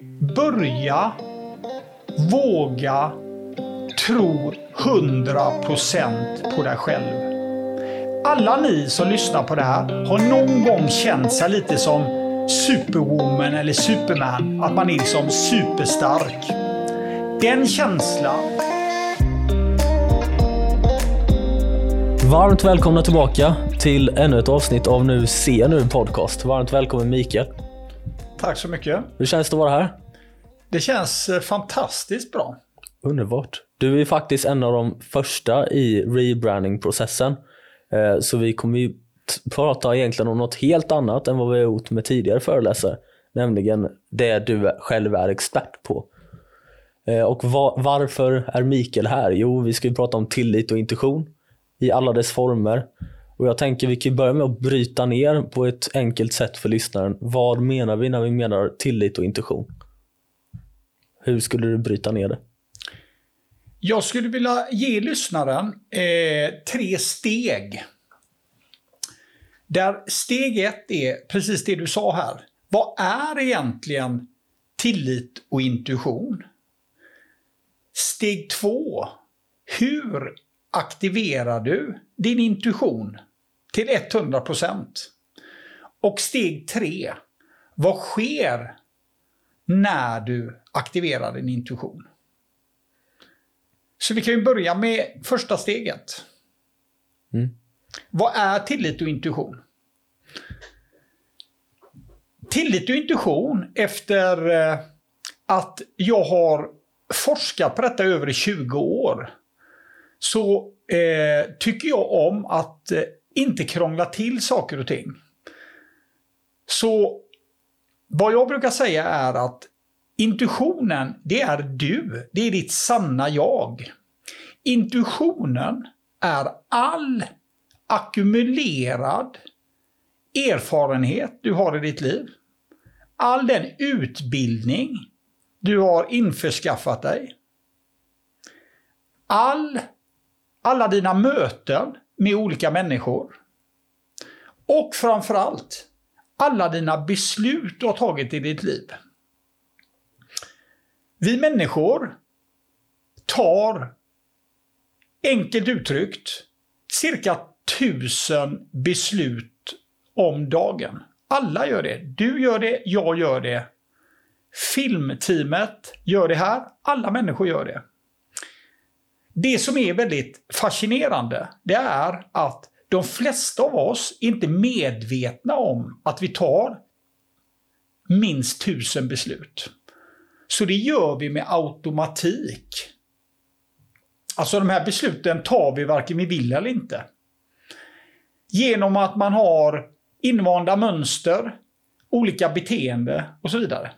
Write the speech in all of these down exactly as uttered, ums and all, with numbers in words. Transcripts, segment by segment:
Börja våga tro hundra procent på dig själv. Alla ni som lyssnar på det här har någon gång känt sig lite som Superwoman eller Superman. Att man är liksom superstark. Den känslan. Varmt välkomna tillbaka till ännu ett avsnitt av Nu ser nu podcast. Varmt välkommen Mikael. Tack så mycket. Hur känns det att vara här? Det känns fantastiskt bra. Underbart. Du är faktiskt en av de första i rebranding-processen. Så vi kommer ju prata egentligen om något helt annat än vad vi har gjort med tidigare föreläsare. Nämligen det du själv är expert på. Och varför är Mikael här? Jo, vi ska ju prata om tillit och intuition i alla dess former. Och jag tänker vi kan börja med att bryta ner på ett enkelt sätt för lyssnaren. Vad menar vi när vi menar tillit och intuition? Hur skulle du bryta ner det? Jag skulle vilja ge lyssnaren eh, tre steg. Där steg ett är precis det du sa här. Vad är egentligen tillit och intuition? Steg två. Hur aktiverar du din intuition till hundra procent? Och steg tre. Vad sker när du aktiverar din intuition? Så vi kan ju börja med första steget. Mm. Vad är tillit och intuition? Tillit och intuition, efter att jag har forskat på detta över tjugo år, så eh, tycker jag om att eh, inte krångla till saker och ting. Så vad jag brukar säga är att intuitionen, det är du. Det är ditt sanna jag. Intuitionen är all ackumulerad erfarenhet du har i ditt liv. All den utbildning du har införskaffat dig. All, alla dina möten med olika människor. Och framförallt alla dina beslut du har tagit i ditt liv. Vi människor tar, enkelt uttryckt, cirka tusen beslut om dagen. Alla gör det. Du gör det, jag gör det. Filmteamet gör det här. Alla människor gör det. Det som är väldigt fascinerande, det är att de flesta av oss inte är medvetna om att vi tar minst tusen beslut. Så det gör vi med automatik. Alltså de här besluten tar vi varken vi vill eller inte. Genom att man har invanda mönster, olika beteende och så vidare.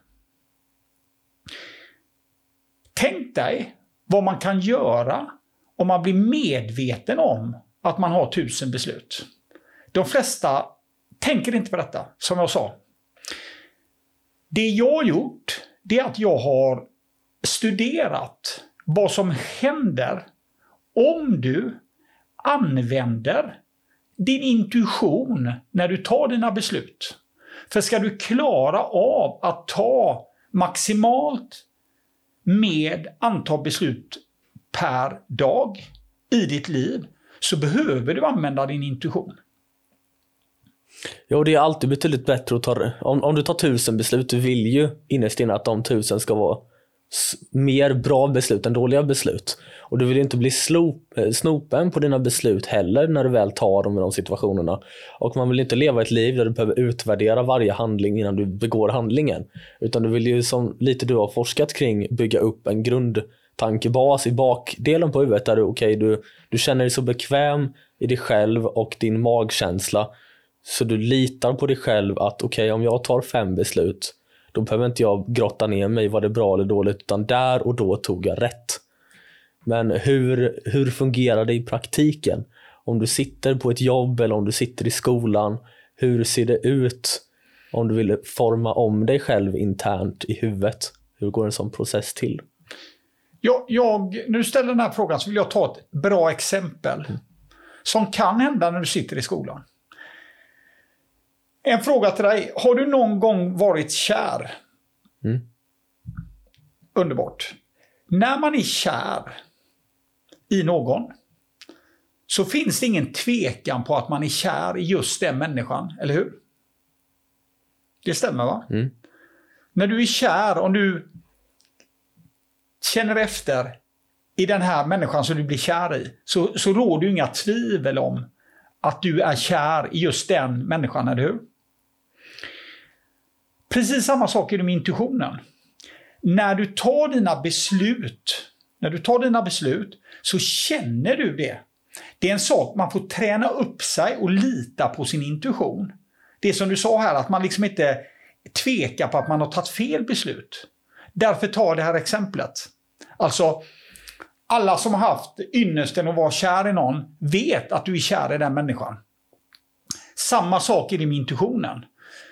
Tänk dig vad man kan göra om man blir medveten om att man har tusen beslut. De flesta tänker inte på detta, som jag sa. Det jag har gjort, det är att jag har studerat vad som händer om du använder din intuition när du tar dina beslut. För ska du klara av att ta maximalt med antal beslut per dag i ditt liv, så behöver du använda din intuition. Ja, det är alltid betydligt bättre att ta, om, om du tar tusen beslut, du vill ju innerst inne att de tusen ska vara s- mer bra beslut än dåliga beslut. Och du vill ju inte bli slop, snopen på dina beslut heller när du väl tar dem i de situationerna. Och man vill inte leva ett liv där du behöver utvärdera varje handling innan du begår handlingen. Utan du vill ju, som lite du har forskat kring, bygga upp en grundtankebas i bakdelen på huvudet där du, okay, du, du känner dig så bekväm i dig själv och din magkänsla. Så du litar på dig själv att okej, okay, om jag tar fem beslut, då behöver inte jag grotta ner mig var det bra eller dåligt, utan där och då tog jag rätt. Men hur, hur fungerar det i praktiken? Om du sitter på ett jobb eller om du sitter i skolan, hur ser det ut om du vill forma om dig själv internt i huvudet? Hur går en sån process till? Jag, jag, när du ställer den här frågan så vill jag ta ett bra exempel mm. som kan hända när du sitter i skolan. En fråga till dig. Har du någon gång varit kär? Mm. underbart. När man är kär i någon så finns det ingen tvekan på att man är kär i just den människan, eller hur? Det stämmer, va? Mm. När du är kär, om du känner efter i den här människan som du blir kär i, så, så råder ju inga tvivel om att du är kär i just den människan, eller hur? Precis samma sak är det med intuitionen. När du tar dina beslut, när du tar dina beslut så känner du det. Det är en sak, man får träna upp sig och lita på sin intuition. Det är som du sa här, att man liksom inte tvekar på att man har tagit fel beslut. Därför tar det här exemplet. Alltså, alla som har haft ynnesten att vara kär i någon vet att du är kär i den människan. Samma sak är det med intuitionen.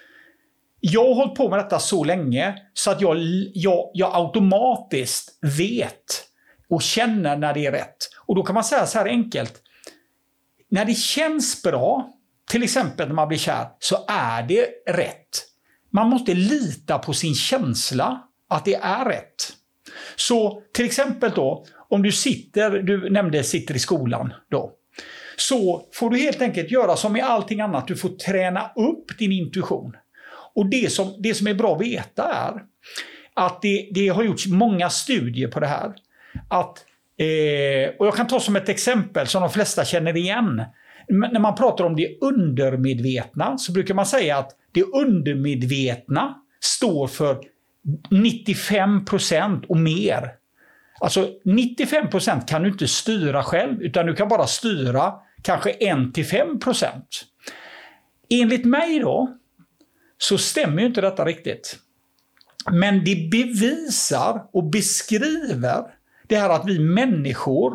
Jag har hållit på med detta så länge så att jag, jag, jag automatiskt vet och känner när det är rätt. Och då kan man säga så här enkelt. När det känns bra, till exempel när man blir kär, så är det rätt. Man måste lita på sin känsla att det är rätt. Så till exempel då, om du sitter, du nämnde sitter i skolan då, så får du helt enkelt göra som i allting annat, du får träna upp din intuition. Och det som, det som är bra att veta är att det, det har gjorts många studier på det här. Att, eh, och jag kan ta som ett exempel som de flesta känner igen. När man pratar om det undermedvetna så brukar man säga att det undermedvetna står för nittiofem procent och mer. Alltså nittiofem procent kan du inte styra själv, utan du kan bara styra kanske ett till fem procent. Enligt mig då så stämmer ju inte detta riktigt. Men det bevisar och beskriver det här att vi människor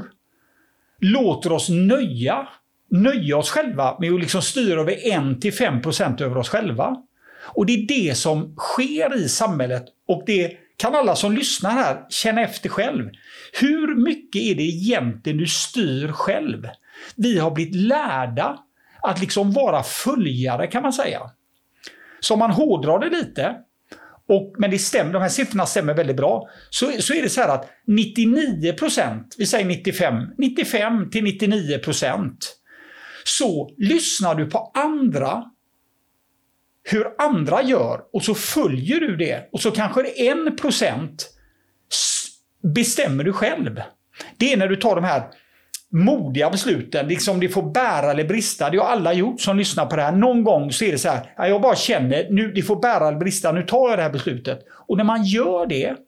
låter oss nöja, nöja oss själva med att liksom styra över ett till fem procent över oss själva. Och det är det som sker i samhället, och det kan alla som lyssnar här känna efter själv. Hur mycket är det egentligen du styr själv? Vi har blivit lärda att liksom vara följare, kan man säga. Så om man hårdrar det lite, och, men det stämmer, de här siffrorna stämmer väldigt bra, så, så är det så här att nittionio procent, vi säger nittiofem, nittiofem till nittionio procent, så lyssnar du på andra, hur andra gör, och så följer du det, och så kanske det är en procent bestämmer du själv. Det är när du tar de här modiga besluten, liksom det får bära eller brista. Det har alla gjort som lyssnar på det här. Någon gång så är det så här, jag bara känner, nu det får bära eller brista, nu tar jag det här beslutet. Och när man gör det,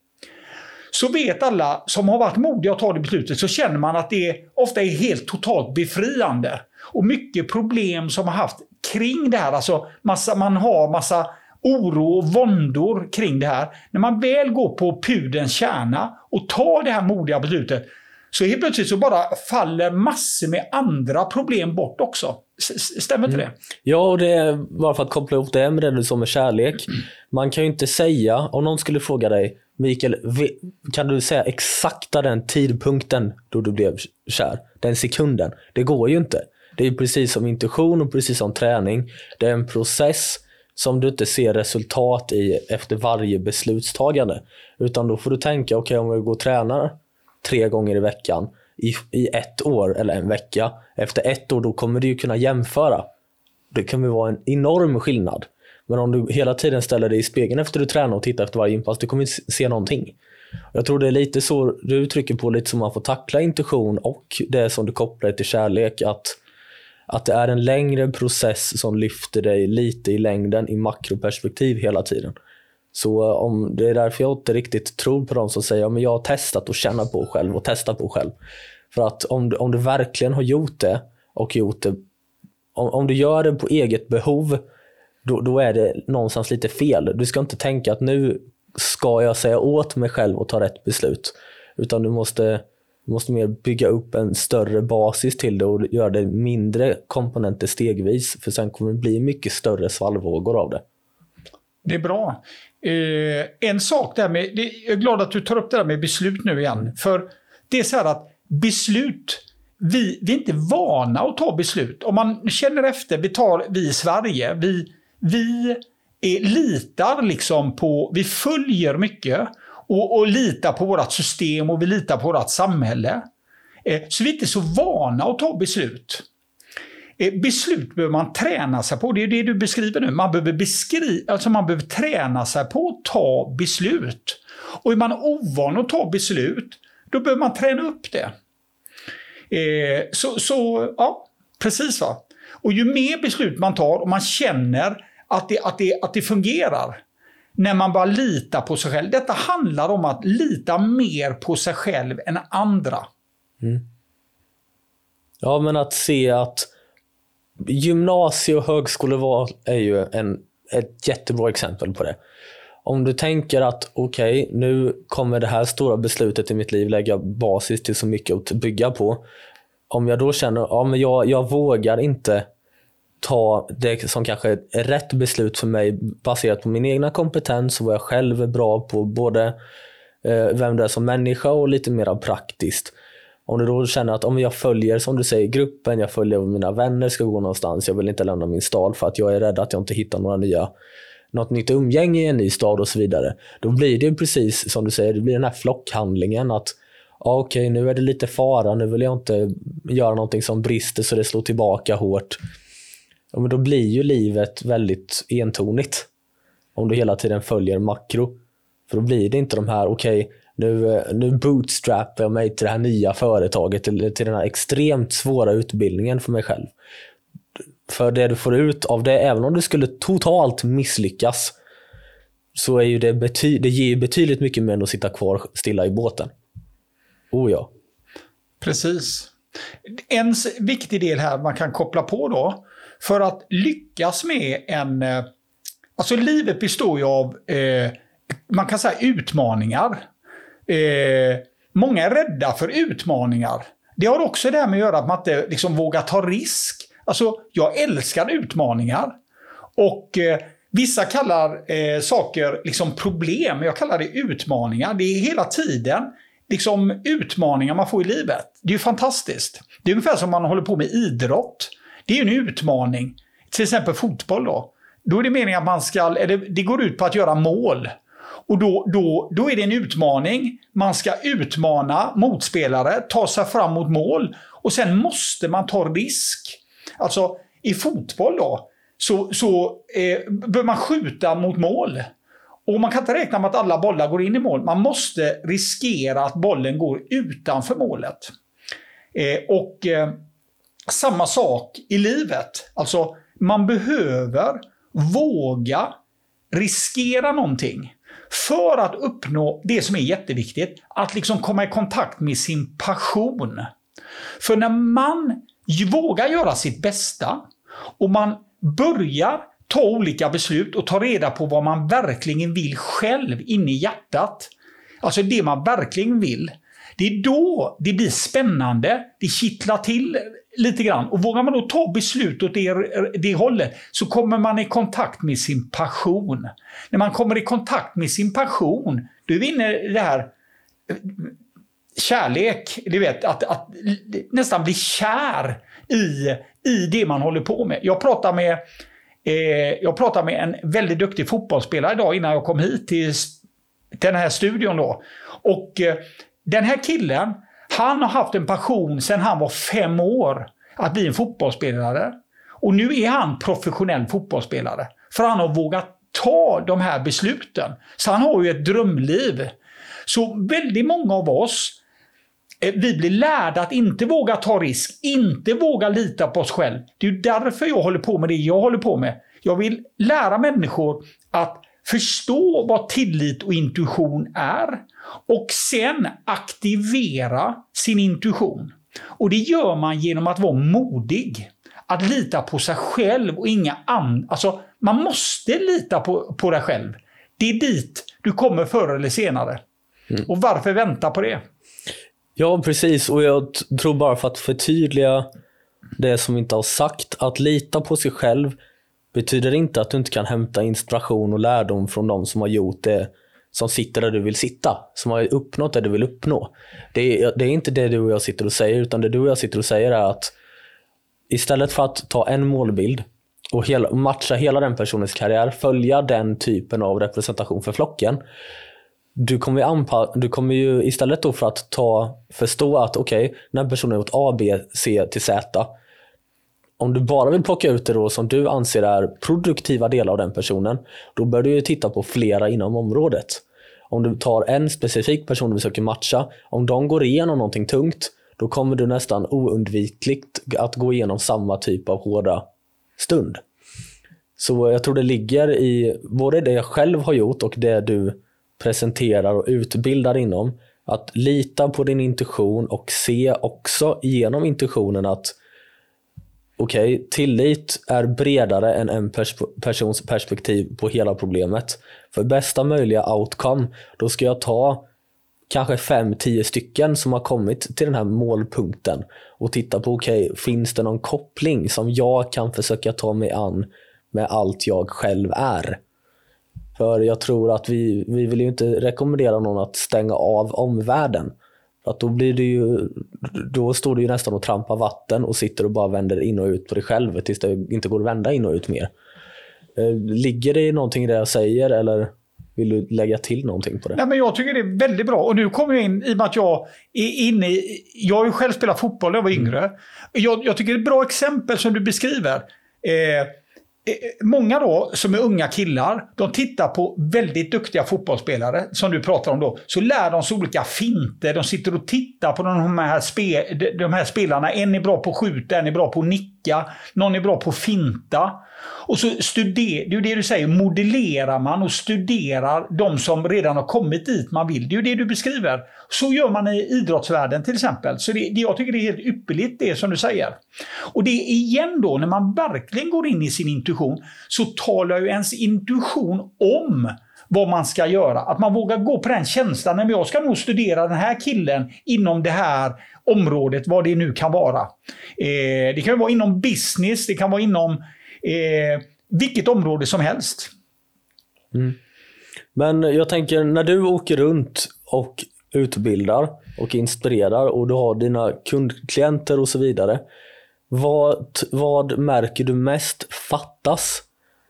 så vet alla som har varit modiga och tagit det beslutet, så känner man att det ofta är helt totalt befriande. Och mycket problem som har haft kring det här, alltså massa, man har massa oro och våndor kring det här. När man väl går på pudelns kärna och tar det här modiga beslutet, så helt plötsligt så bara faller massor med andra problem bort också. Stämmer inte mm. det? Ja, och det är bara för att koppla ihop det med det du sa med kärlek. Mm. Man kan ju inte säga, om någon skulle fråga dig, Mikael, kan du säga exakta den tidpunkten då du blev kär? Den sekunden. Det går ju inte. Det är precis som intuition och precis som träning. Det är en process som du inte ser resultat i efter varje beslutstagande. Utan då får du tänka, okej, okay, om jag går och tränar tre gånger i veckan i, i ett år eller en vecka. Efter ett år då kommer du ju kunna jämföra. Det kan ju vara en enorm skillnad. Men om du hela tiden ställer dig i spegeln efter att du tränar och tittar efter varje inpass, du kommer inte se någonting. Jag tror det är lite så du uttrycker på, lite som man får tackla intuition och det som du kopplar till kärlek, att, att det är en längre process som lyfter dig lite i längden i makroperspektiv hela tiden. Så om det är därför jag inte riktigt tror på dem som säger att ja, jag har testat och känna på själv och testat på själv. För att om du, om du verkligen har gjort det och gjort det, om, om du gör det på eget behov, då, då är det någonstans lite fel. Du ska inte tänka att nu ska jag säga åt mig själv och ta rätt beslut. Utan du måste, du måste mer bygga upp en större basis till det och göra det mindre komponenter stegvis. För sen kommer det bli mycket större svallvågor av det. Det är bra. Eh, en sak där med, det, jag är glad att du tar upp det där med beslut nu igen. För det är så här att beslut, vi, vi är inte vana att ta beslut. Om man känner efter, vi tar vi i Sverige, vi, vi är, litar liksom på, vi följer mycket. och, och litar på vårt system och vi litar på vårt samhälle. Eh, så vi är inte så vana att ta beslut. Eh, beslut behöver man träna sig på. Det är det du beskriver nu. Man behöver, beskri- alltså man behöver träna sig på att ta beslut. Och är man ovan att ta beslut, då behöver man träna upp det. Eh, så, så, ja, precis va. Och ju mer beslut man tar och man känner att det, att det, att det fungerar, när man bara litar på sig själv. Detta handlar om att lita mer på sig själv än andra. Mm. Ja, men att se att gymnasie- och högskoleval är ju en, ett jättebra exempel på det. Om du tänker att okej, okay, nu kommer det här stora beslutet i mitt liv lägga basis till så mycket att bygga på. Om jag då känner att ja, jag, jag vågar inte ta det som kanske är rätt beslut för mig baserat på min egna kompetens och vad jag själv är bra på, både eh, vem det är som människa och lite mer praktiskt. Om du då känner att om jag följer, som du säger, gruppen, jag följer vad mina vänner ska gå någonstans, jag vill inte lämna min stad för att jag är rädd att jag inte hittar några nya, något nytt umgänge i en ny stad och så vidare. Då blir det precis som du säger, det blir den här flockhandlingen att ja, okej, nu är det lite fara, nu vill jag inte göra någonting som brister så det slår tillbaka hårt. Ja, men då blir ju livet väldigt entonigt om du hela tiden följer makro. För då blir det inte de här, okej, okay, nu, nu bootstrappar jag mig till det här nya företaget eller till den här extremt svåra utbildningen för mig själv. För det du får ut av det, även om du skulle totalt misslyckas, så är ju det, bety- det ger betydligt mycket mer än att sitta kvar stilla i båten. Oh ja. Precis. En viktig del här man kan koppla på då, för att lyckas med en... Alltså livet består ju av, eh, man kan säga utmaningar. Eh, många är rädda för utmaningar. Det har också det här med att göra att man inte liksom vågar ta risk. Alltså jag älskar utmaningar. Och eh, vissa kallar eh, saker liksom problem. Jag kallar det utmaningar. Det är hela tiden liksom utmaningar man får i livet. Det är ju fantastiskt. Det är ungefär som man håller på med idrott. Det är ju en utmaning. Till exempel fotboll då. Då är det meningen att man ska, eller det går ut på att göra mål. Och då, då, då är det en utmaning. Man ska utmana motspelare, ta sig fram mot mål. Och sen måste man ta risk. Alltså i fotboll då, så, så eh, bör man skjuta mot mål. Och man kan inte räkna med att alla bollar går in i mål. Man måste riskera att bollen går utanför målet. Eh, och eh, samma sak i livet. Alltså man behöver våga riskera någonting för att uppnå det som är jätteviktigt. Att liksom komma i kontakt med sin passion. För när man vågar göra sitt bästa och man börjar ta olika beslut och ta reda på vad man verkligen vill själv inne i hjärtat. Alltså det man verkligen vill. Det är då det blir spännande, det kittlar till lite grann. Och vågar man då ta beslut åt det, det hållet, så kommer man i kontakt med sin passion. När man kommer i kontakt med sin passion, då är vi inne i det här kärlek, du vet, att, att nästan bli kär i, i det man håller på med. Jag pratar med, eh, jag pratar med en väldigt duktig fotbollsspelare idag innan jag kom hit till den här studion då. Och eh, den här killen, han har haft en passion sedan han var fem år att bli en fotbollsspelare. Och nu är han professionell fotbollsspelare. För han har vågat ta de här besluten. Så han har ju ett drömliv. Så väldigt många av oss, vi blir lärda att inte våga ta risk, inte våga lita på oss själv. Det är ju därför jag håller på med det jag håller på med. Jag vill lära människor att förstå vad tillit och intuition är och sen aktivera sin intuition. Och det gör man genom att vara modig. Att lita på sig själv och inga andra. Alltså, man måste lita på, på dig själv. Det är dit du kommer förr eller senare. Mm. Och varför vänta på det? Ja, precis. Och jag tror bara för att förtydliga det som vi inte har sagt, att lita på sig själv betyder inte att du inte kan hämta inspiration och lärdom från de som har gjort det, som sitter där du vill sitta, som har uppnått det du vill uppnå. Det är, det är inte det du och jag sitter och säger, utan det du och jag sitter och säger är att istället för att ta en målbild och hela, matcha hela den personens karriär, följa den typen av representation för flocken, du kommer, anpa- du kommer ju istället då för att ta, förstå att okej, okay, den här personen har gjort A, B, C till Z. Om du bara vill plocka ut det då som du anser är produktiva delar av den personen, då bör du ju titta på flera inom området. Om du tar en specifik person du försöker matcha, om de går igenom någonting tungt, då kommer du nästan oundvikligt att gå igenom samma typ av hårda stund. Så jag tror det ligger i både det jag själv har gjort och det du presenterar och utbildar inom, att lita på din intuition och se också genom intuitionen att okej, okay, tillit är bredare än en pers- persons perspektiv på hela problemet. För bästa möjliga outcome, då ska jag ta kanske fem, tio stycken som har kommit till den här målpunkten och titta på okej, okay, finns det någon koppling som jag kan försöka ta mig an med allt jag själv är. För jag tror att vi, vi vill ju inte rekommendera någon att stänga av omvärlden. Att då blir det ju, då står du ju nästan och trampar vatten och sitter och bara vänder in och ut på dig själv tills det inte går att vända in och ut mer. Ligger det någonting i det jag säger eller vill du lägga till någonting på det? Nej, men jag tycker det är väldigt bra. Och nu kommer jag in i och med att jag är inne i, jag har ju själv spelat fotboll när jag var yngre. Mm. Jag, jag tycker det är ett bra exempel som du beskriver. Eh, Många då som är unga killar, de tittar på väldigt duktiga fotbollsspelare som du pratar om då, så lär de sig olika finter, de sitter och tittar på de här, spe, de här spelarna, en är bra på att skjuta, en är bra på att nicka, någon är bra på att finta, och så studerar, det är det du säger, modellerar man och studerar de som redan har kommit dit man vill, det är ju det du beskriver. Så gör man i idrottsvärlden till exempel, så det, det, jag tycker det är helt ypperligt det som du säger. Och det är igen då, när man verkligen går in i sin intuition, så talar ju ens intuition om vad man ska göra. Att man vågar gå på den känslan, när jag ska nog studera den här killen inom det här området, vad det nu kan vara. Eh, det kan ju vara inom business, det kan vara inom eh, vilket område som helst. Mm. Men jag tänker, när du åker runt och utbildar och inspirerar och du har dina kundklienter och så vidare, vad, vad märker du mest fattas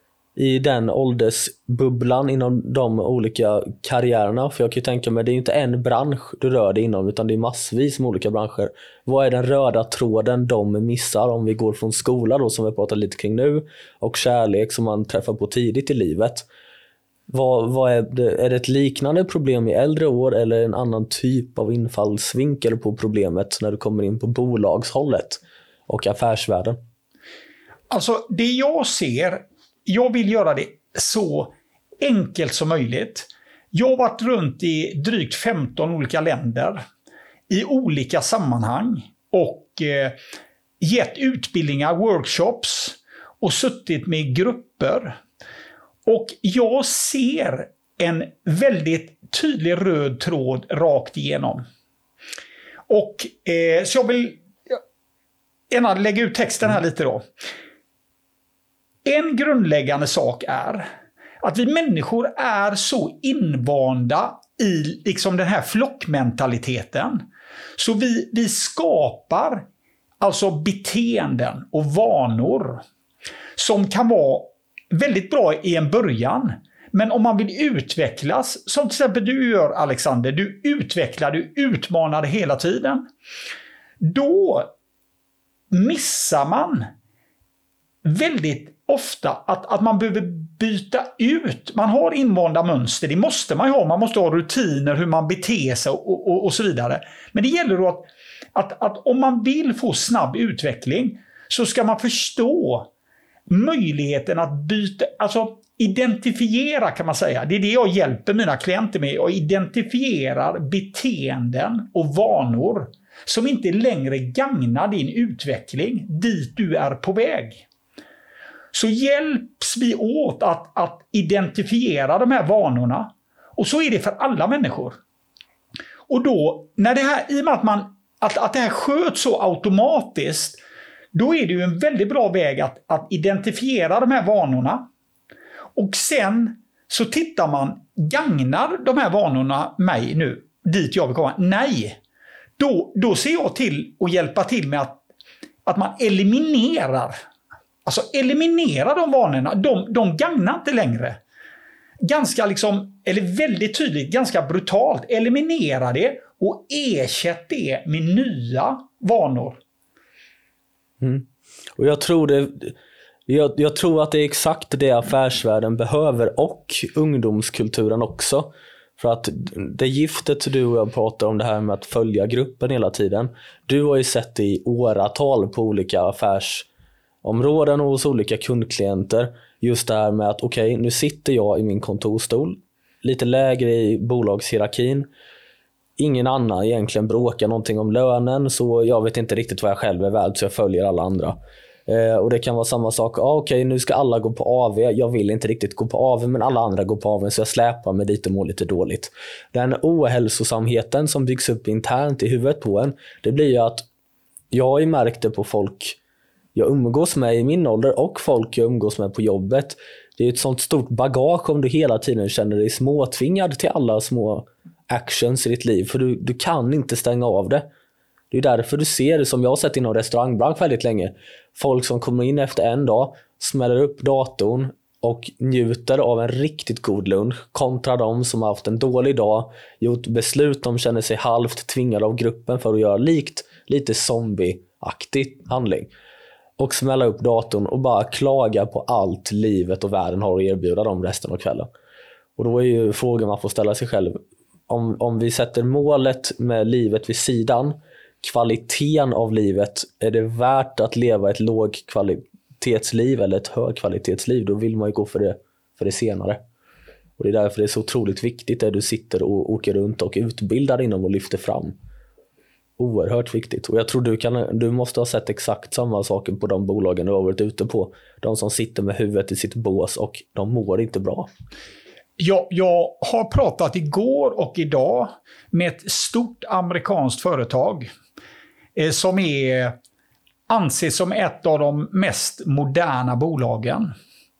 i den åldersbubblan inom de olika karriärerna? För jag kan ju tänka mig, det är ju inte en bransch du rör dig inom, utan det är massvis med olika branscher. Vad är den röda tråden de missar om vi går från skola då, som vi pratar lite kring nu, och kärlek som man träffar på tidigt i livet? Vad, vad är, det, är det ett liknande problem i äldre år eller en annan typ av infallsvinkel på problemet när du kommer in på bolagshållet och affärsvärlden? Alltså det jag ser, jag vill göra det så enkelt som möjligt. Jag har varit runt i drygt femton olika länder i olika sammanhang och eh, gett utbildningar, workshops och suttit med grupper. Och jag ser en väldigt tydlig röd tråd rakt igenom. Och eh, så jag vill gärna lägga ut texten här lite då. En grundläggande sak är att vi människor är så invanda i liksom den här flockmentaliteten. Så vi, vi skapar alltså beteenden och vanor som kan vara väldigt bra i en början. Men om man vill utvecklas, som till exempel du gör Alexander, du utvecklar, du utmanar hela tiden. Då missar man väldigt ofta att, att man behöver byta ut. Man har invanda mönster, det måste man ju ha. Man måste ha rutiner, hur man beter sig och, och, och så vidare. Men det gäller då att, att, att om man vill få snabb utveckling så ska man förstå möjligheten att byta, alltså identifiera kan man säga. Det är det jag hjälper mina klienter med. Jag identifierar beteenden och vanor som inte längre gagnar din utveckling dit du är på väg. Så hjälps vi åt att, att identifiera de här vanorna. Och så är det för alla människor. Och då, när det här, i och med att, man, att, att det här sköts så automatiskt, då är det ju en väldigt bra väg att, att identifiera de här vanorna. Och sen så tittar man, gagnar de här vanorna mig nu dit jag vill komma? Nej. Då, då ser jag till att hjälpa till med att, att man eliminerar. Alltså eliminera de vanorna. De, de gagnar inte längre. ganska liksom, eller väldigt tydligt, ganska brutalt, eliminera det och ersätt det med nya vanor. Mm. Och jag tror det jag, jag tror att det är exakt det affärsvärlden behöver, och ungdomskulturen också. För att det giftet du och jag pratar om, det här med att följa gruppen hela tiden. Du har ju sett det i åratal på olika affärsområden och hos olika kundklienter. Just det här med att okej, okay, nu sitter jag i min kontorstol, lite lägre i bolagshierarkin. Ingen annan egentligen bråkar någonting om lönen, så jag vet inte riktigt vad jag själv är värd, så jag följer alla andra. Eh, och det kan vara samma sak. Ah, okej, okay, nu ska alla gå på A V. Jag vill inte riktigt gå på A V, men alla andra går på A V, så jag släpar mig dit och mår lite dåligt. Den ohälsosamheten som byggs upp internt i huvudet på en, det blir ju att jag har ju märkt det på folk jag umgås med i min ålder och folk jag umgås med på jobbet. Det är ett sånt stort bagage om du hela tiden känner dig småtvingad till alla små actions i ditt liv, för du, du kan inte stänga av det. Det är därför du ser det, som jag har sett inom restaurangbransch väldigt länge, folk som kommer in efter en dag, smäller upp datorn och njuter av en riktigt god lunch, kontra de som har haft en dålig dag, gjort beslut, de känner sig halvt tvingade av gruppen för att göra likt, lite zombieaktig handling, och smälla upp datorn och bara klaga på allt livet och världen har att erbjuda dem resten av kvällen. Och då är ju frågan man får ställa sig själv, om, om vi sätter målet med livet vid sidan, kvaliteten av livet, är det värt att leva ett lågkvalitetsliv eller ett högkvalitetsliv, då vill man ju gå för det, för det senare. Och det är därför det är så otroligt viktigt att du sitter och åker runt och utbildar inom och lyfter fram. Oerhört viktigt. Och jag tror du, kan, du måste ha sett exakt samma saker på de bolagen du har varit ute på. De som sitter med huvudet i sitt bås och de mår inte bra. Jag, jag har pratat igår och idag med ett stort amerikanskt företag eh, som är, anses som ett av de mest moderna bolagen.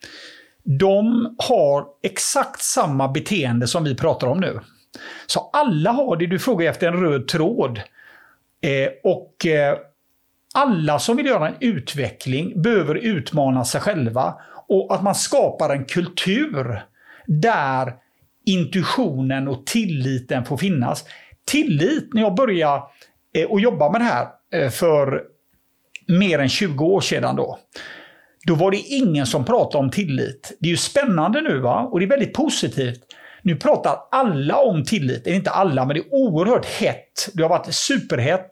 De har exakt samma beteende som vi pratar om nu. Så alla har det, du frågar efter en röd tråd. Eh, och eh, alla som vill göra en utveckling behöver utmana sig själva, och att man skapar en kultur där intuitionen och tilliten får finnas. Tillit, när jag började eh, att jobba med det här eh, för mer än tjugo år sedan då, då var det ingen som pratade om tillit. Det är ju spännande nu, va? Och det är väldigt positivt. Nu pratar alla om tillit. Det är inte alla, men det är oerhört hett. Det har varit superhett.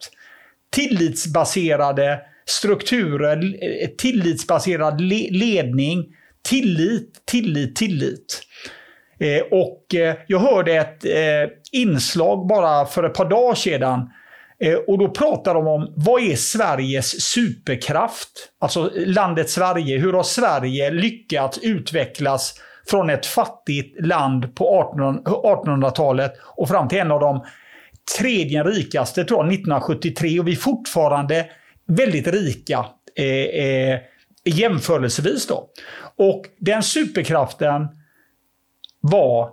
Tillitsbaserade strukturer, tillitsbaserad le- ledning, tillit, tillit, tillit. Eh, och eh, jag hörde ett eh, inslag bara för ett par dagar sedan, eh, och då pratar de om vad är Sveriges superkraft? Alltså landet Sverige. Hur har Sverige lyckats utvecklas från ett fattigt land på artonhundratalet och fram till en av de tredje rikaste, tror jag, nittonhundrasjuttiotre, och vi är fortfarande väldigt rika eh, eh, jämförelsevis då. Och den superkraften var,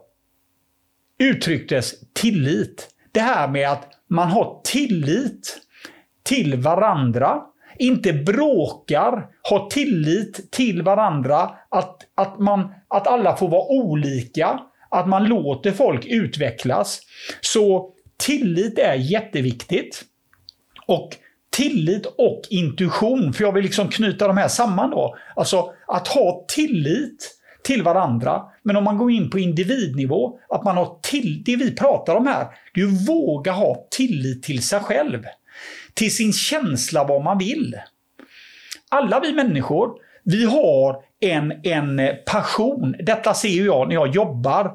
uttrycktes tillit. Det här med att man har tillit till varandra, inte bråkar, har tillit till varandra, att, att, man, att alla får vara olika, att man låter folk utvecklas. Så tillit är jätteviktigt. Och tillit och intuition, för jag vill liksom knyta de här samman då. Alltså att ha tillit till varandra, men om man går in på individnivå, att man har till, det vi pratar om här, det är att våga ha tillit till sig själv, till sin känsla vad man vill. Alla vi människor, vi har en, en passion. Detta ser jag när jag jobbar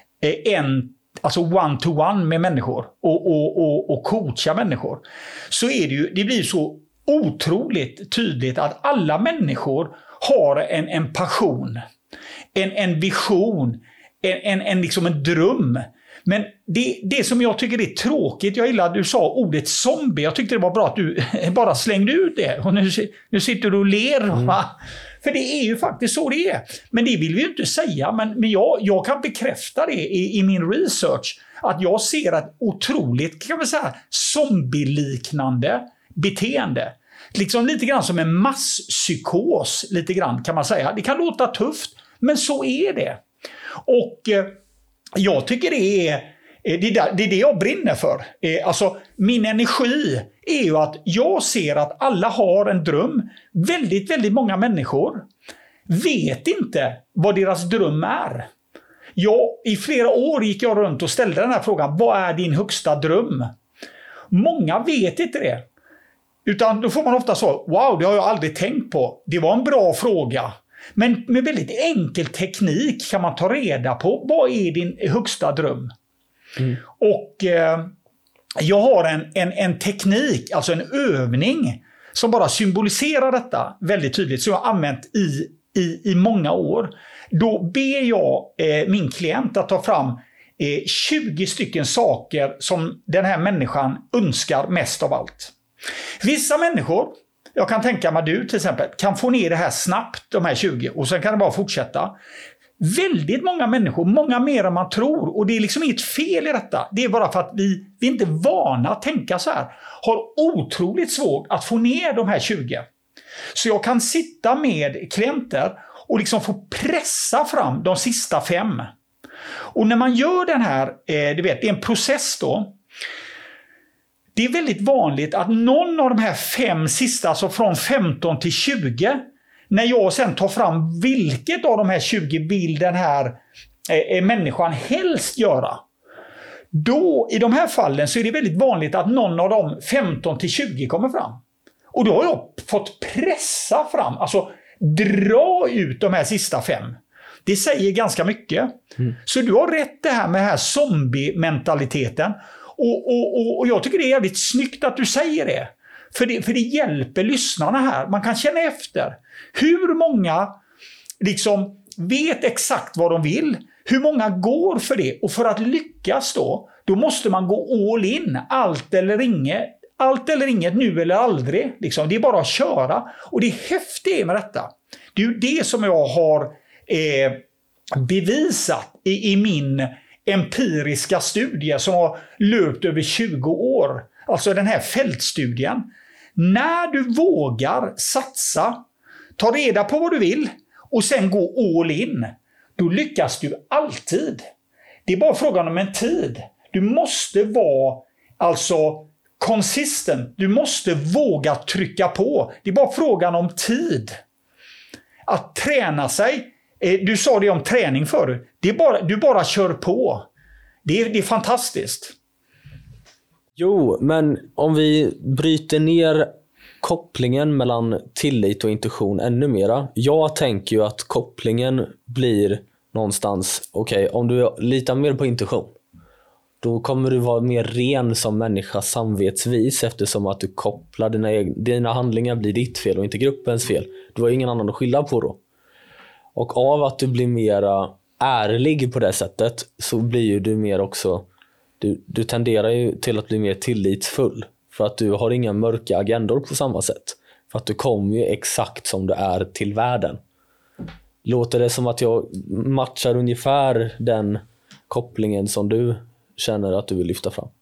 en, alltså one-to-one med människor och, och, och, och coachar människor. Så är det ju, det blir så otroligt tydligt att alla människor har en, en passion, en, en vision, en, en, en, liksom en dröm. Men det, det som jag tycker är tråkigt, jag gillar att du sa ordet zombie, jag tyckte det var bra att du bara slängde ut det, och nu, nu sitter du och ler, mm. va? För det är ju faktiskt så det är. Men det vill vi ju inte säga, men, men jag, jag kan bekräfta det i, i min research, att jag ser ett otroligt, kan man säga, zombie-liknande beteende. Liksom lite grann som en masspsykos, lite grann kan man säga. Det kan låta tufft, men så är det. Och eh, jag tycker det är, det, är där, det är det jag brinner för. Eh, alltså min energi är ju att jag ser att alla har en dröm. Väldigt, väldigt många människor vet inte vad deras dröm är. Jag, i flera år gick jag runt och ställde den här frågan: vad är din högsta dröm? Många vet inte det. Utan då får man ofta så: wow, det har jag aldrig tänkt på. Det var en bra fråga. Men med väldigt enkel teknik kan man ta reda på vad är din högsta dröm. Mm. Och eh, jag har en, en, en teknik, alltså en övning som bara symboliserar detta väldigt tydligt, som jag har använt i, i, i många år. Då ber jag eh, min klient att ta fram eh, tjugo stycken saker som den här människan önskar mest av allt. Vissa människor, jag kan tänka mig du till exempel, kan få ner det här snabbt, de här tjugo, och sen kan det bara fortsätta. Väldigt många människor, många mer än man tror, och det är liksom inget fel i detta. Det är bara för att vi, vi inte är vana att tänka så här, har otroligt svårt att få ner de här tjugo. Så jag kan sitta med klienter och liksom få pressa fram de sista fem. Och när man gör den här, eh, du vet, det är en process då. Det är väldigt vanligt att någon av de här fem sista, alltså från femton till tjugo, när jag sen tar fram vilket av de här tjugo vill den här eh, människan helst göra. Då, i de här fallen, så är det väldigt vanligt att någon av de femton till tjugo kommer fram. Och då har jag fått pressa fram, alltså dra ut de här sista fem. Det säger ganska mycket. Mm. Så du har rätt det här med den här zombie-mentaliteten. Och, och, och, och jag tycker det är jävligt snyggt att du säger det. För, det. för det hjälper lyssnarna här. Man kan känna efter. Hur många liksom vet exakt vad de vill. Hur många går för det. Och för att lyckas då, då måste man gå all in. Allt eller inget. Allt eller inget, nu eller aldrig. Liksom. Det är bara att köra. Och det häftiga med detta, det är ju det som jag har eh, bevisat i, i min empiriska studie som har löpt över tjugo år. Alltså den här fältstudien. När du vågar satsa, ta reda på vad du vill och sen gå all in, då lyckas du alltid. Det är bara frågan om en tid. Du måste vara alltså consistent. Du måste våga trycka på. Det är bara frågan om tid. Att träna sig. Du sa det om träning förut. Det är bara, du bara kör på. Det är, det är fantastiskt. Jo, men om vi bryter ner kopplingen mellan tillit och intuition ännu mera. Jag tänker ju att kopplingen blir någonstans, okej, okay, om du litar mer på intuition, då kommer du vara mer ren som människa samvetsvis, eftersom att du kopplar dina, egna, dina handlingar blir ditt fel och inte gruppens fel. Du har ingen annan att skylla på då. Och av att du blir mera ärlig på det sättet, så blir ju du mer också, du, du tenderar ju till att bli mer tillitsfull. För att du har inga mörka agendor på samma sätt. För att du kommer ju exakt som du är till världen. Låter det som att jag matchar ungefär den kopplingen som du känner att du vill lyfta fram?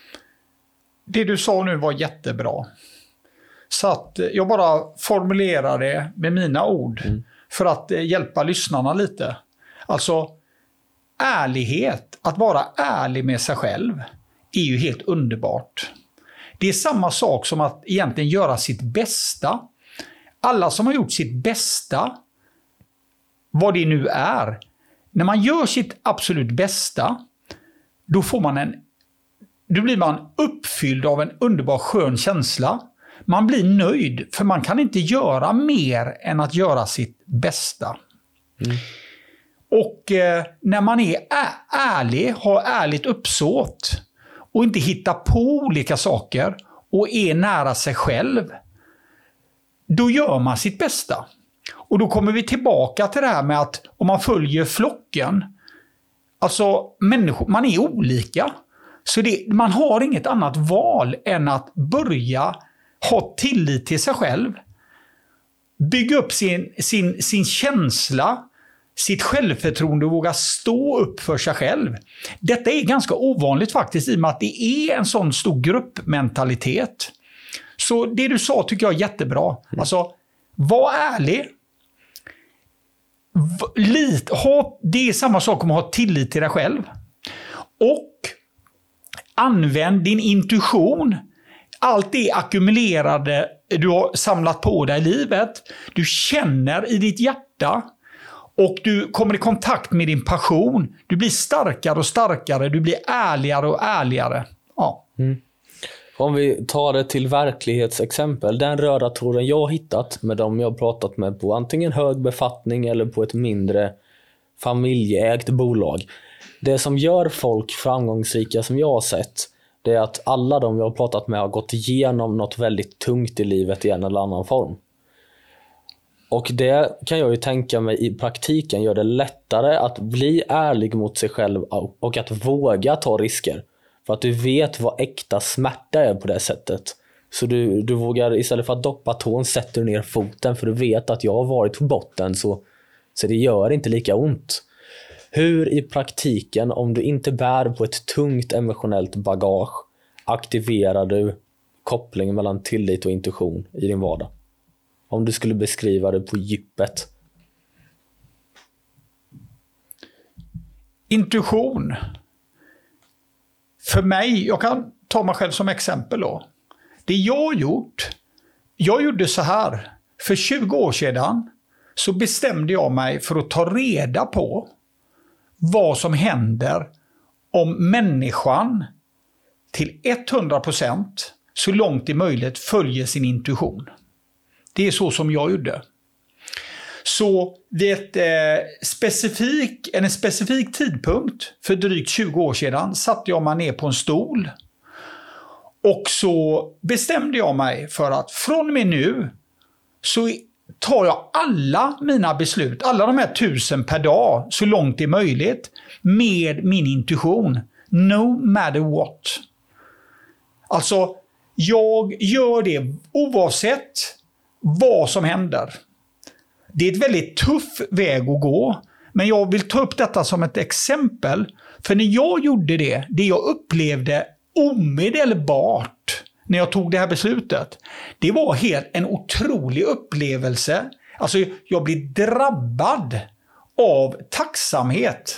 Det du sa nu var jättebra. Så att jag bara formulerar det med mina ord. Mm. För att hjälpa lyssnarna lite. Alltså, ärlighet, att vara ärlig med sig själv, är ju helt underbart. Det är samma sak som att egentligen göra sitt bästa. Alla som har gjort sitt bästa, vad det nu är, när man gör sitt absolut bästa, då får man en, då blir man uppfylld av en underbar skön känsla. Man blir nöjd, för man kan inte göra mer än att göra sitt bästa. Mm. Och eh, när man är ä- ärlig, har ärligt uppsåt och inte hittar på olika saker och är nära sig själv, då gör man sitt bästa. Och då kommer vi tillbaka till det här med att om man följer flocken, alltså människor, man är olika. Så det, man har inget annat val än att börja ha tillit till sig själv. Bygga upp sin, sin, sin känsla, sitt självförtroende och våga stå upp för sig själv. Detta är ganska ovanligt faktiskt, i och med att det är en sån stor gruppmentalitet. Så det du sa tycker jag är jättebra. Mm. Alltså, var ärlig. lit, ha, det är samma sak som att ha tillit till dig själv. Och använd din intuition. Allt det ackumulerade du har samlat på dig i livet. Du känner i ditt hjärta. Och du kommer i kontakt med din passion. Du blir starkare och starkare. Du blir ärligare och ärligare. Ja. Mm. Om vi tar det till verklighetsexempel. Den röda tråden jag har hittat med dem jag har pratat med på antingen hög befattning eller på ett mindre familjeägt bolag. Det som gör folk framgångsrika som jag har sett, det är att alla de jag har pratat med har gått igenom något väldigt tungt i livet i en eller annan form. Och det kan jag ju tänka mig i praktiken gör det lättare att bli ärlig mot sig själv och att våga ta risker. För att du vet vad äkta smärta är på det sättet. Så du, du vågar, istället för att doppa tån, sätter du ner foten. För du vet att jag har varit på botten, så, så det gör inte lika ont. Hur i praktiken, om du inte bär på ett tungt emotionellt bagage, aktiverar du kopplingen mellan tillit och intuition i din vardag? Om du skulle beskriva det på djupet. Intuition. För mig, jag kan ta mig själv som exempel då. Det jag har gjort, jag gjorde så här. För tjugo år sedan så bestämde jag mig för att ta reda på vad som händer om människan till hundra procent så långt det är möjligt följer sin intuition. Det är så som jag gjorde. Så vid ett, eh, specifik, en specifik tidpunkt för drygt tjugo år sedan satte jag mig ner på en stol. Och så bestämde jag mig för att från och med nu så tar jag alla mina beslut, alla de här tusen per dag så långt det är möjligt med min intuition. No matter what. Alltså, jag gör det oavsett vad som händer. Det är ett väldigt tuff väg att gå, men jag vill ta upp detta som ett exempel. För när jag gjorde det, det jag upplevde omedelbart när jag tog det här beslutet, det var helt en otrolig upplevelse. Alltså, jag blev drabbad av tacksamhet.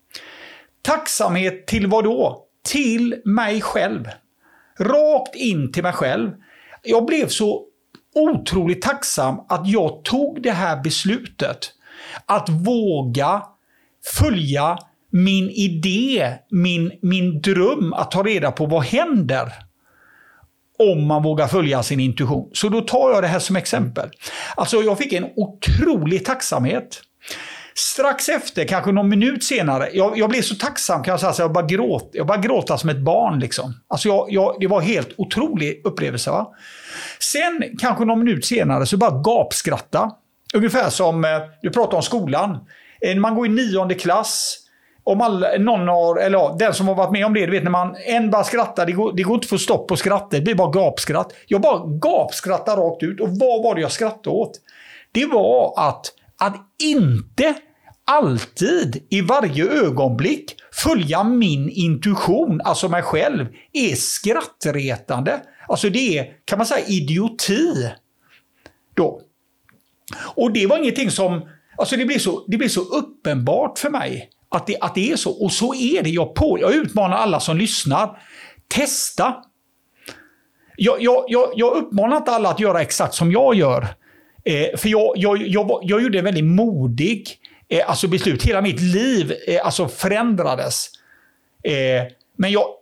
Tacksamhet till vad då? Till mig själv. Rakt in till mig själv. Jag blev så otroligt tacksam att jag tog det här beslutet. Att våga följa min idé, min, min dröm, att ta reda på vad händer om man vågar följa sin intuition. Så då tar jag det här som exempel. Alltså, jag fick en otrolig tacksamhet. Strax efter, kanske någon minut senare, jag, jag blev så tacksam kan jag säga, så jag bara gråt, jag bara gråta som ett barn liksom. Alltså jag, jag, det var helt otrolig upplevelse, va? Sen kanske någon minut senare så bara gapskratta. Ungefär som, eh, du pratar om skolan. Eh, man går i nionde klass. Om alla, någon har, eller ja, den som har varit med om det, du vet när man en bara skrattar, det går, det går inte att få stopp på skrattet, det blir bara gapskratt. Jag bara gapskrattar rakt ut. Och vad var det jag skrattade åt? Det var att, att inte alltid i varje ögonblick följa min intuition, alltså mig själv, är skrattretande. Alltså det är, kan man säga, idioti då. Och det var ingenting som, alltså det blir så, det blir så uppenbart för mig att det, att det är så. Och så är det. Jag, på, jag utmanar alla som lyssnar. Testa. Jag, jag, jag, jag uppmanar inte alla att göra exakt som jag gör. Eh, för jag, jag, jag, jag gjorde en väldigt modig eh, alltså beslut. Hela mitt liv eh, alltså förändrades. Eh, men jag,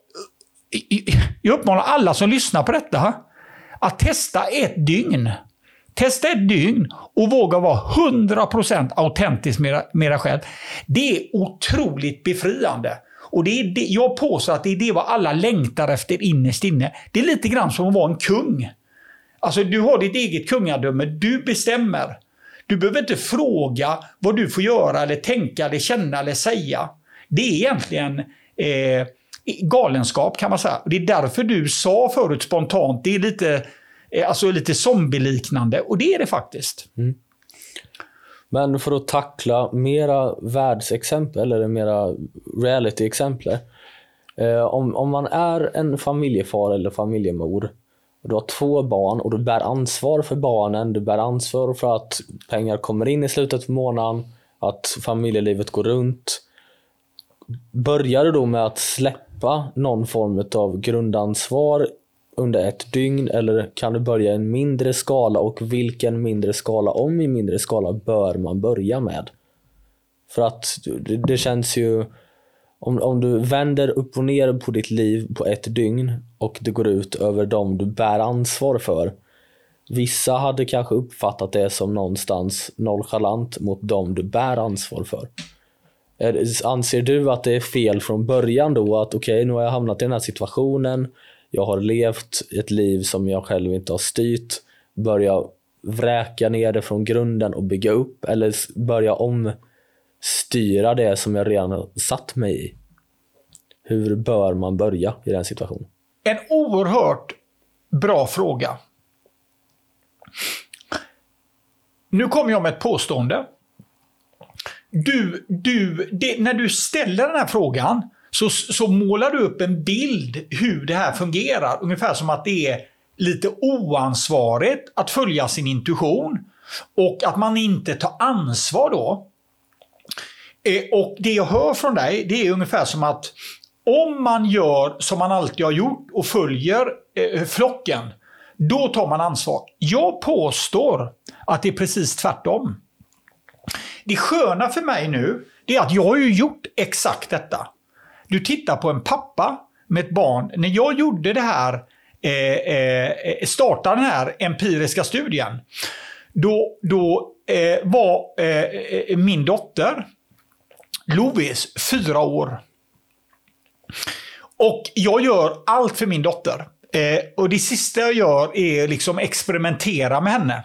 jag uppmanar alla som lyssnar på detta att testa ett dygn. Testa ett dygn och våga vara hundra procent autentisk med, med dig själv. Det är otroligt befriande. Och det är det, jag påstår att det är det vad alla längtar efter innerst inne. Det är lite grann som att vara en kung. Alltså du har ditt eget kungadöme, du bestämmer. Du behöver inte fråga vad du får göra eller tänka eller känna eller säga. Det är egentligen eh, galenskap kan man säga. Det är därför du sa förut spontant, det är lite... Alltså lite zombie-liknande. Och det är det faktiskt. Mm. Men för att tackla mera världsexempel eller mera reality-exempel. Eh, om, om man är en familjefar eller familjemor och du har två barn och du bär ansvar för barnen. Du bär ansvar för att pengar kommer in i slutet av månaden. att familjelivet går runt. Börjar du då med att släppa någon form av grundansvar under ett dygn, eller kan du börja i en mindre skala, och vilken mindre skala, om i mindre skala, bör man börja med? För att det, det känns ju, om, om du vänder upp och ner på ditt liv på ett dygn och det går ut över dem du bär ansvar för. Vissa hade kanske uppfattat det som någonstans nonchalant mot dem du bär ansvar för. Anser du att det är fel från början då, att okej, okay, nu har jag hamnat i den här situationen, jag har levt ett liv som jag själv inte har styrt, börja vräka ner det från grunden och bygga upp, eller börja omstyra det som jag redan har satt mig i? Hur bör man börja i den situationen? En oerhört bra fråga. Nu kommer jag med ett påstående. Du, du, det, när du ställer den här frågan så, så målar du upp en bild hur det här fungerar. Ungefär som att det är lite oansvarigt att följa sin intuition och att man inte tar ansvar då. Eh, och det jag hör från dig, det är ungefär som att om man gör som man alltid har gjort och följer eh, flocken, då tar man ansvar. Jag påstår att det är precis tvärtom. Det sköna för mig nu, det är att jag har ju gjort exakt detta. Du tittar på en pappa med ett barn. När jag gjorde det här, eh, eh, startade den här empiriska studien, då, då eh, var eh, min dotter Lovis fyra år. Och jag gör allt för min dotter. Eh, och det sista jag gör är liksom experimentera med henne.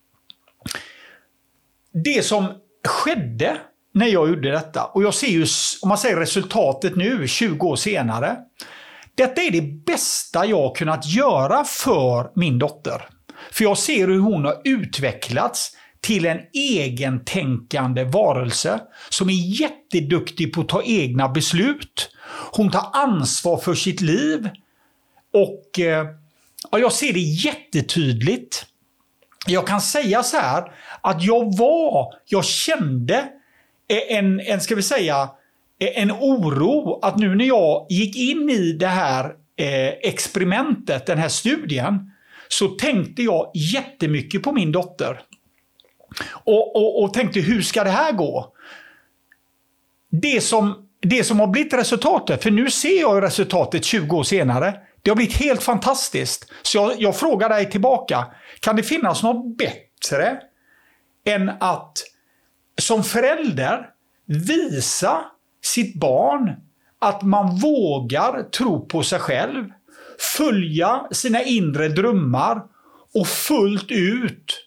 Det som skedde när jag gjorde detta, och jag ser ju, om man säger resultatet nu tjugo år senare, detta är det bästa jag har kunnat göra för min dotter. För jag ser hur hon har utvecklats till en egentänkande varelse som är jätteduktig på att ta egna beslut. Hon tar ansvar för sitt liv. Och eh, ja, jag ser det jättetydligt. Jag kan säga så här att jag var, jag kände en, en ska vi säga, en oro att nu när jag gick in i det här eh, experimentet, den här studien, så tänkte jag jättemycket på min dotter. Och, och, och tänkte, hur ska det här gå? Det som, det som har blivit resultatet, för nu ser jag resultatet tjugo år senare, det har blivit helt fantastiskt. Så jag, jag frågar dig tillbaka, kan det finnas något bättre än att som förälder visa sitt barn att man vågar tro på sig själv, följa sina inre drömmar och fullt ut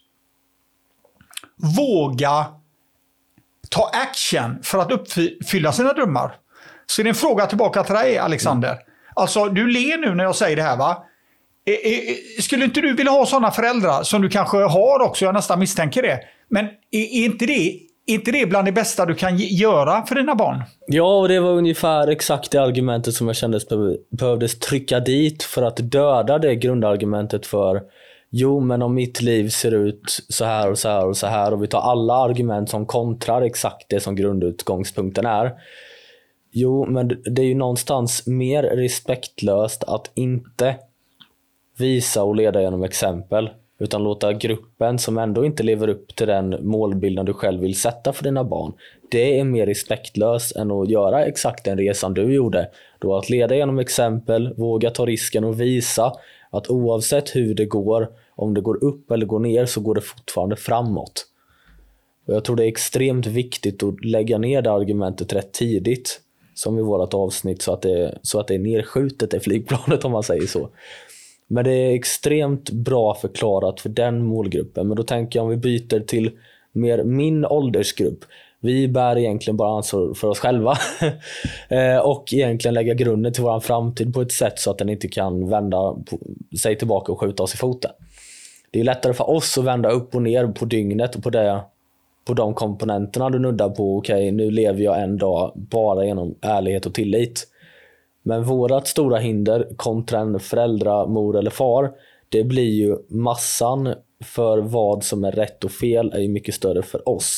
våga ta action för att uppfylla sina drömmar? Så det är en fråga tillbaka till dig, Alexander. Mm. Alltså, du ler nu när jag säger det här, va? Skulle inte du vilja ha sådana föräldrar som du kanske har också? Jag nästan misstänker det. Men är inte det, är inte det bland det bästa du kan göra för dina barn? Ja, och det var ungefär exakt det argumentet som jag kände behövdes trycka dit för att döda det grundargumentet för jo, men om mitt liv ser ut så här och så här och så här, och vi tar alla argument som kontrar exakt det som grundutgångspunkten är. Jo, men det är ju någonstans mer respektlöst att inte visa och leda genom exempel, utan låta gruppen som ändå inte lever upp till den målbilden du själv vill sätta för dina barn. Det är mer respektlöst än att göra exakt den resan du gjorde. Då att leda genom exempel, våga ta risken och visa att oavsett hur det går, om det går upp eller går ner, så går det fortfarande framåt. Och jag tror det är extremt viktigt att lägga ner det argumentet rätt tidigt, som i vårt avsnitt, så att det, så att det är nerskjutet i flygplanet, om man säger så. Men det är extremt bra förklarat för den målgruppen. Men då tänker jag, om vi byter till mer min åldersgrupp. Vi bär egentligen bara ansvar för oss själva och egentligen lägga grunden till vår framtid på ett sätt så att den inte kan vända sig tillbaka och skjuta oss i foten. Det är lättare för oss att vända upp och ner på dygnet och på, det, på de komponenterna du nuddar på. Okej, okay, nu lever jag en dag bara genom ärlighet och tillit. Men vårat stora hinder kontra en föräldra, mor eller far, det blir ju massan för vad som är rätt och fel är ju mycket större för oss.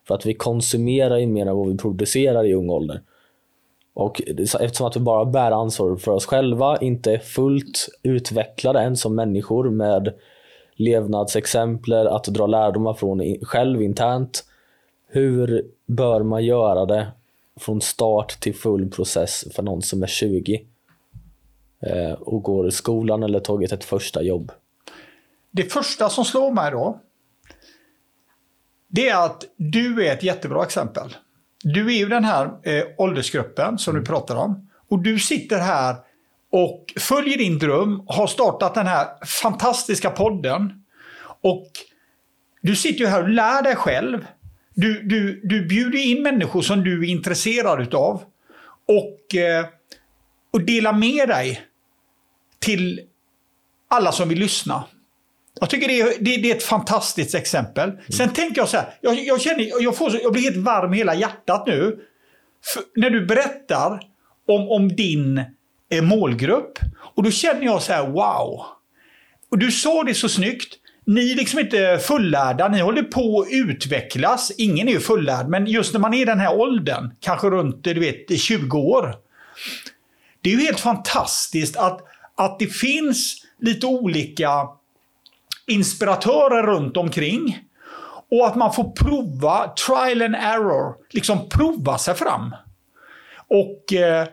För att vi konsumerar ju mer än vad vi producerar i ung ålder. Och eftersom att vi bara bär ansvar för oss själva, inte är fullt utvecklade än som människor med levnadsexempler att dra lärdomar från själv internt. Hur bör man göra det från start till full process för någon som är tjugo eh, och går i skolan eller tagit ett första jobb? Det första som slår mig då, det är att du är ett jättebra exempel. Du är ju den här eh, åldersgruppen som du pratar om. Och du sitter här och följer din dröm, har startat den här fantastiska podden. Och du sitter ju här och lär dig själv. Du, du, du bjuder in människor som du är intresserad utav. Och, eh, och delar med dig till alla som vill lyssna. Jag tycker det är, det, det är ett fantastiskt exempel. Mm. Sen tänker jag så här, jag, jag, känner, jag, får så, jag blir helt varm i hela hjärtat nu. För, när du berättar om, om din eh, målgrupp. Och då känner jag så här, wow. Och du sa det så snyggt. Ni är liksom inte fullärda, ni håller på att utvecklas. Ingen är ju fullärd, men just när man är i den här åldern, kanske runt du vet, tjugo år. Det är ju helt fantastiskt att, att det finns lite olika inspiratörer runt omkring. Och att man får prova, trial and error, liksom prova sig fram. Och eh,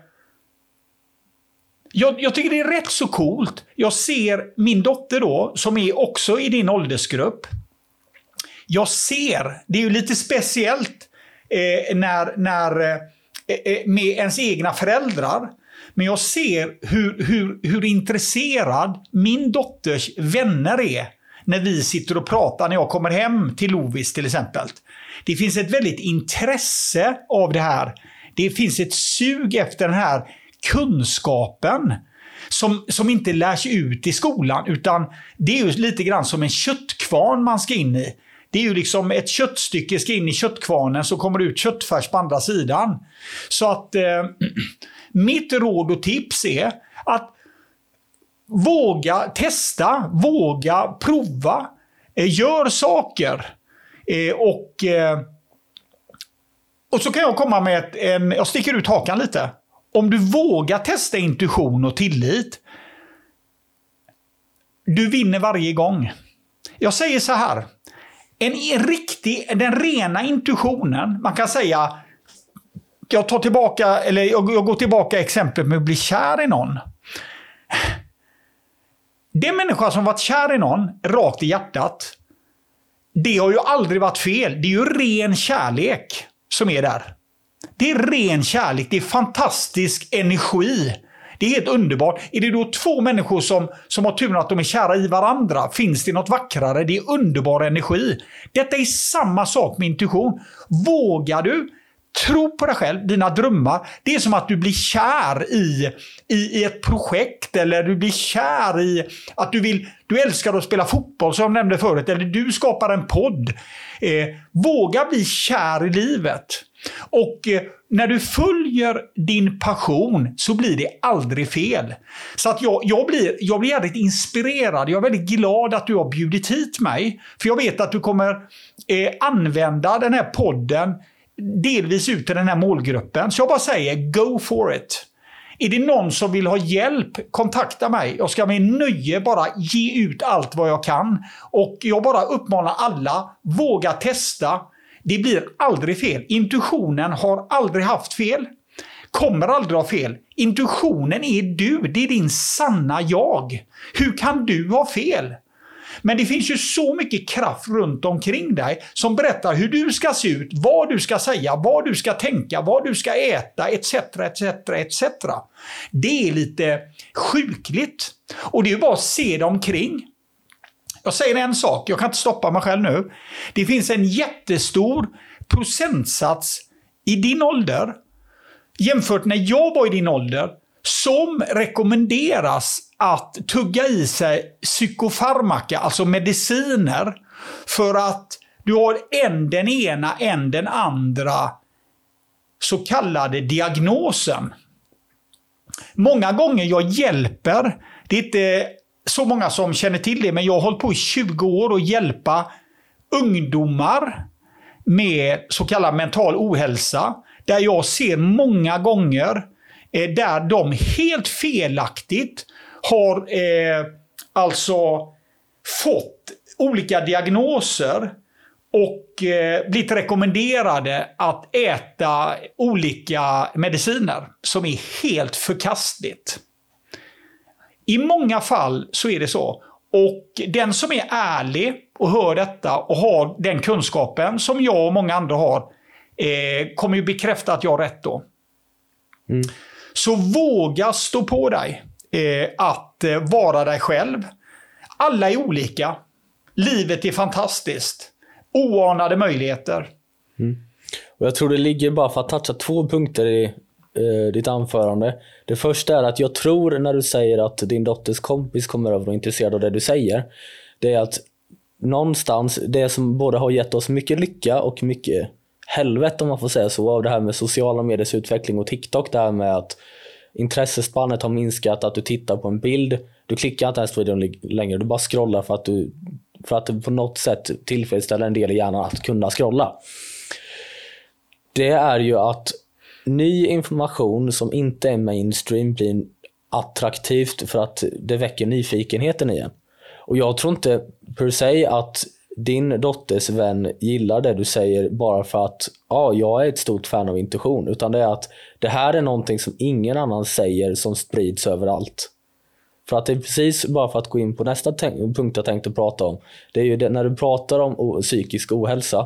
jag, jag tycker det är rätt så coolt. Jag ser min dotter då, som är också i din åldersgrupp. Jag ser, det är ju lite speciellt eh, när, när, eh, med ens egna föräldrar. Men jag ser hur, hur, hur intresserad min dotters vänner är när vi sitter och pratar när jag kommer hem till Lovis till exempel. Det finns ett väldigt intresse av det här. Det finns ett sug efter den här kunskapen som, som inte lärs ut i skolan, utan det är ju lite grann som en köttkvarn man ska in i. Det är ju liksom ett köttstycke ska in i köttkvarnen, så kommer det ut köttfärs på andra sidan. Så att eh, mitt råd och tips är att våga testa, våga prova, eh, gör saker. Eh, och, eh, och så kan jag komma med ett, en, jag sticker ut hakan lite. Om du vågar testa intuition och tillit, du vinner varje gång. Jag säger så här, en riktig, den rena intuitionen, man kan säga, jag tar tillbaka, eller jag, jag går tillbaka exemplet med att bli kär i någon. Den människa som varit kär i någon rakt i hjärtat, det har ju aldrig varit fel. Det är ju ren kärlek som är där. Det är ren kärlek, det är fantastisk energi. Det är helt underbart. Är det då två människor som, som har turen att de är kära i varandra, finns det något vackrare? Det är underbar energi. Detta är samma sak med intuition. Vågar du tro på dig själv, dina drömmar. Det är som att du blir kär i, i, i ett projekt, eller du blir kär i att du vill, du älskar att spela fotboll som jag nämnde förut, eller du skapar en podd. Eh, våga bli kär i livet. Och eh, när du följer din passion så blir det aldrig fel. Så att jag, jag, blir, jag blir jävligt inspirerad. Jag är väldigt glad att du har bjudit hit mig. För jag vet att du kommer eh, använda den här podden delvis ut till den här målgruppen. Så jag bara säger, go for it. Är det någon som vill ha hjälp, kontakta mig. Jag ska med nöje bara ge ut allt vad jag kan. Och jag bara uppmanar alla, våga testa. Det blir aldrig fel. Intuitionen har aldrig haft fel. Kommer aldrig ha fel. Intuitionen är du. Det är din sanna jag. Hur kan du ha fel? Men det finns ju så mycket kraft runt omkring dig som berättar hur du ska se ut, vad du ska säga, vad du ska tänka, vad du ska äta, etc, etc, et cetera. Det är lite sjukligt. Och det är ju bara att se det omkring. Jag säger en sak, jag kan inte stoppa mig själv nu. Det finns en jättestor procentsats i din ålder, jämfört när jag var i din ålder, som rekommenderas att tugga i sig psykofarmaka, alltså mediciner, för att du har en den ena, en den andra så kallade diagnosen. Många gånger jag hjälper, det är inte så många som känner till det, men jag har hållit på i tjugo år att hjälpa ungdomar med så kallad mental ohälsa, där jag ser många gånger eh, där de helt felaktigt har eh, alltså fått olika diagnoser och eh, blivit rekommenderade att äta olika mediciner som är helt förkastligt. I många fall så är det så. Och den som är ärlig och hör detta och har den kunskapen som jag och många andra har eh, kommer ju bekräfta att jag har rätt då. Mm. Så våga stå på dig eh, att eh, vara dig själv. Alla är olika. Livet är fantastiskt. Oanade möjligheter. Mm. Och jag tror det ligger, bara för att toucha två punkter i eh, ditt anförande. Det första är att jag tror när du säger att din dotters kompis kommer över och är intresserad av det du säger, det är att någonstans det som både har gett oss mycket lycka och mycket helvete, om man får säga så, av det här med sociala mediers utveckling och TikTok, det här med att intressespannet har minskat, att du tittar på en bild, du klickar inte ens på videon längre, du bara scrollar för att du för att det på något sätt tillfredsställer en del i hjärnan att kunna scrolla. Det är ju att ny information som inte är mainstream blir attraktivt för att det väcker nyfikenheten i en. Och jag tror inte per se att din dotters vän gillar det du säger bara för att ja, jag är ett stort fan av intuition, utan det är att det här är någonting som ingen annan säger som sprids överallt. För att det är precis, bara för att gå in på nästa tänk- punkt jag tänkte prata om, det är ju det, när du pratar om o- psykisk ohälsa.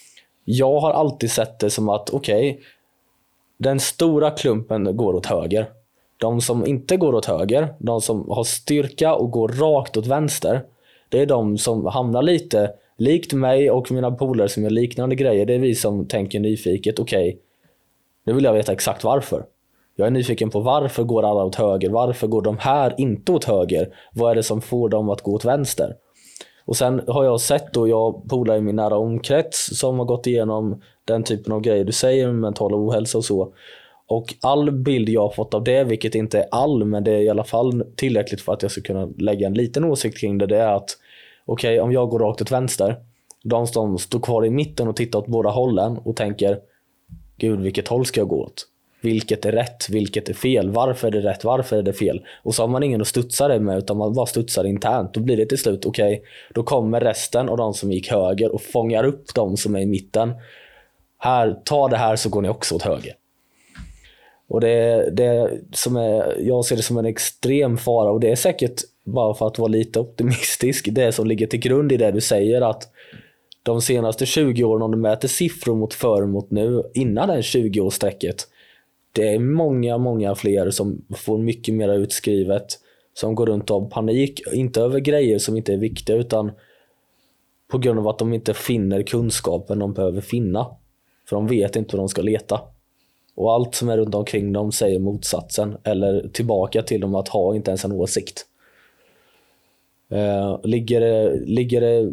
Jag har alltid sett det som att okej, okay, den stora klumpen går åt höger. De som inte går åt höger, de som har styrka och går rakt åt vänster, det är de som hamnar lite likt mig och mina polare som gör liknande grejer. Det är vi som tänker nyfiket, okej, okay, nu vill jag veta exakt varför. Jag är nyfiken på varför går alla åt höger, varför går de här inte åt höger, vad är det som får dem att gå åt vänster. Och sen har jag sett då, jag polare i min nära omkrets som har gått igenom den typen av grejer du säger med mental ohälsa och så. Och all bild jag har fått av det, vilket inte är all, men det är i alla fall tillräckligt för att jag ska kunna lägga en liten åsikt kring det, det är att okej, okay, om jag går rakt åt vänster, de som står kvar i mitten och tittar åt båda hållen och tänker, gud, vilket håll ska jag gå åt? Vilket är rätt, vilket är fel, varför är det rätt, varför är det fel? Och så har man ingen att studsa det med, utan man bara studsar internt. Då blir det till slut, okej, okay, då kommer resten av de som gick höger och fångar upp de som är i mitten. Här, ta det här så går ni också åt höger. Och det, det som är, jag ser det som en extrem fara, och det är säkert, bara för att vara lite optimistisk, det som ligger till grund i det du säger, att de senaste tjugo åren, om du mäter siffror mot för mot nu, innan den tjugo-årssträcket, det är många, många fler som får mycket mer utskrivet, som går runt av panik, inte över grejer som inte är viktiga, utan på grund av att de inte finner kunskapen de behöver finna. För de vet inte hur de ska leta. Och allt som är runt omkring dem säger motsatsen, eller tillbaka till dem att ha inte ens en åsikt. Uh, ligger, det, ligger det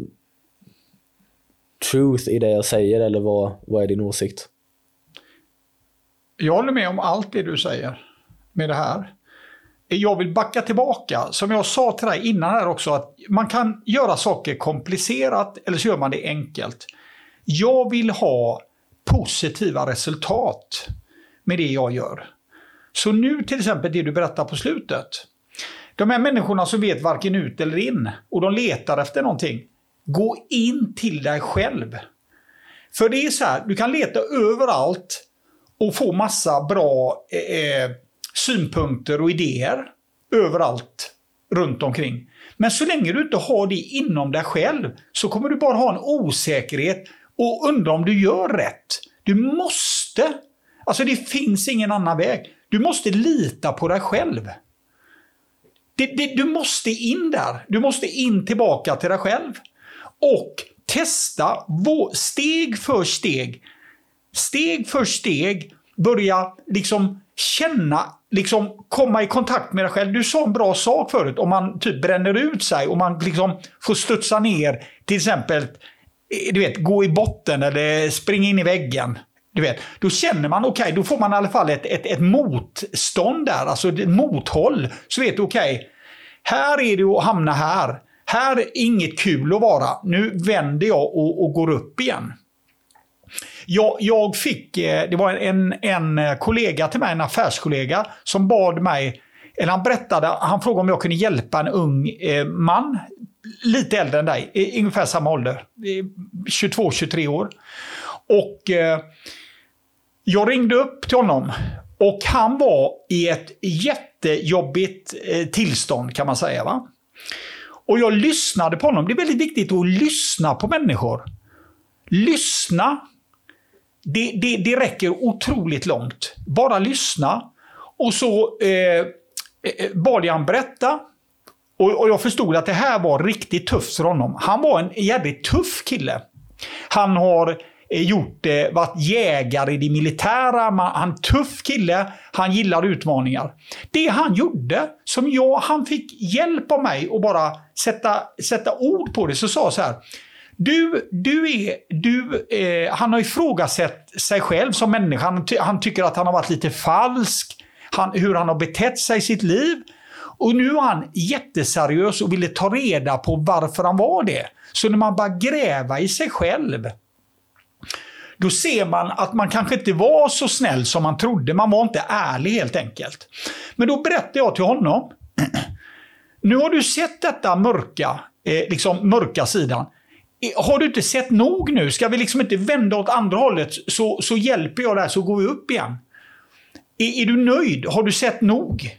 truth i det jag säger, eller vad, vad är din åsikt? Jag håller med om allt det du säger med det här. Jag vill backa tillbaka. Som jag sa till dig innan här också, att man kan göra saker komplicerat eller så gör man det enkelt. Jag vill ha positiva resultat med det jag gör. Så nu till exempel det du berättar på slutet. De här människorna som vet varken ut eller in och de letar efter någonting. Gå in till dig själv. För det är så här, du kan leta överallt och få massa bra eh, synpunkter och idéer överallt runt omkring. Men så länge du inte har det inom dig själv så kommer du bara ha en osäkerhet och undra om du gör rätt. Du måste, alltså det finns ingen annan väg. Du måste lita på dig själv. Det, det, du måste in där. Du måste in tillbaka till dig själv. Och testa steg för steg. Steg för steg börja liksom känna, liksom komma i kontakt med dig själv. Du sa en bra sak förut, om man typ bränner ut sig och man liksom får studsa ner, till exempel du vet, gå i botten eller springa in i väggen. Du vet, då känner man okej, okay, då får man i alla fall ett, ett, ett motstånd där, alltså ett mothåll. Så vet du okej, okay, här är det att hamna här. Här är inget kul att vara. Nu vänder jag och, och går upp igen. Jag, jag fick, det var en, en kollega till mig, en affärskollega, som bad mig, eller han berättade, han frågade om jag kunde hjälpa en ung eh, man, lite äldre än dig, i ungefär samma ålder, tjugotvå tjugotre år. Och eh, jag ringde upp till honom och han var i ett jättejobbigt eh, tillstånd kan man säga, va? Och jag lyssnade på honom. Det är väldigt viktigt att lyssna på människor. Lyssna. Det, det, det räcker otroligt långt. Bara lyssna. Och så eh, bad jag han berätta. Och, och jag förstod att det här var riktigt tufft för honom. Han var en jävligt tuff kille. Han har eh, gjort, eh, varit jägare i det militära. Man, han är en tuff kille. Han gillar utmaningar. Det han gjorde, som jag, han fick hjälp av mig att bara sätta, sätta ord på det. Så sa så här. Du, du är, du, eh, han har ifrågasatt sig själv som människa. Han, han tycker att han har varit lite falsk. Han, hur han har betett sig i sitt liv. Och nu är han jätteseriös och ville ta reda på varför han var det. Så när man bara gräva i sig själv, då ser man att man kanske inte var så snäll som man trodde. Man var inte ärlig helt enkelt. Men då berättade jag till honom. Nu har du sett detta mörka, eh, liksom mörka sidan. Har du inte sett nog nu? Ska vi liksom inte vända åt andra hållet så, så hjälper jag där så går vi upp igen. Är, är du nöjd? Har du sett nog?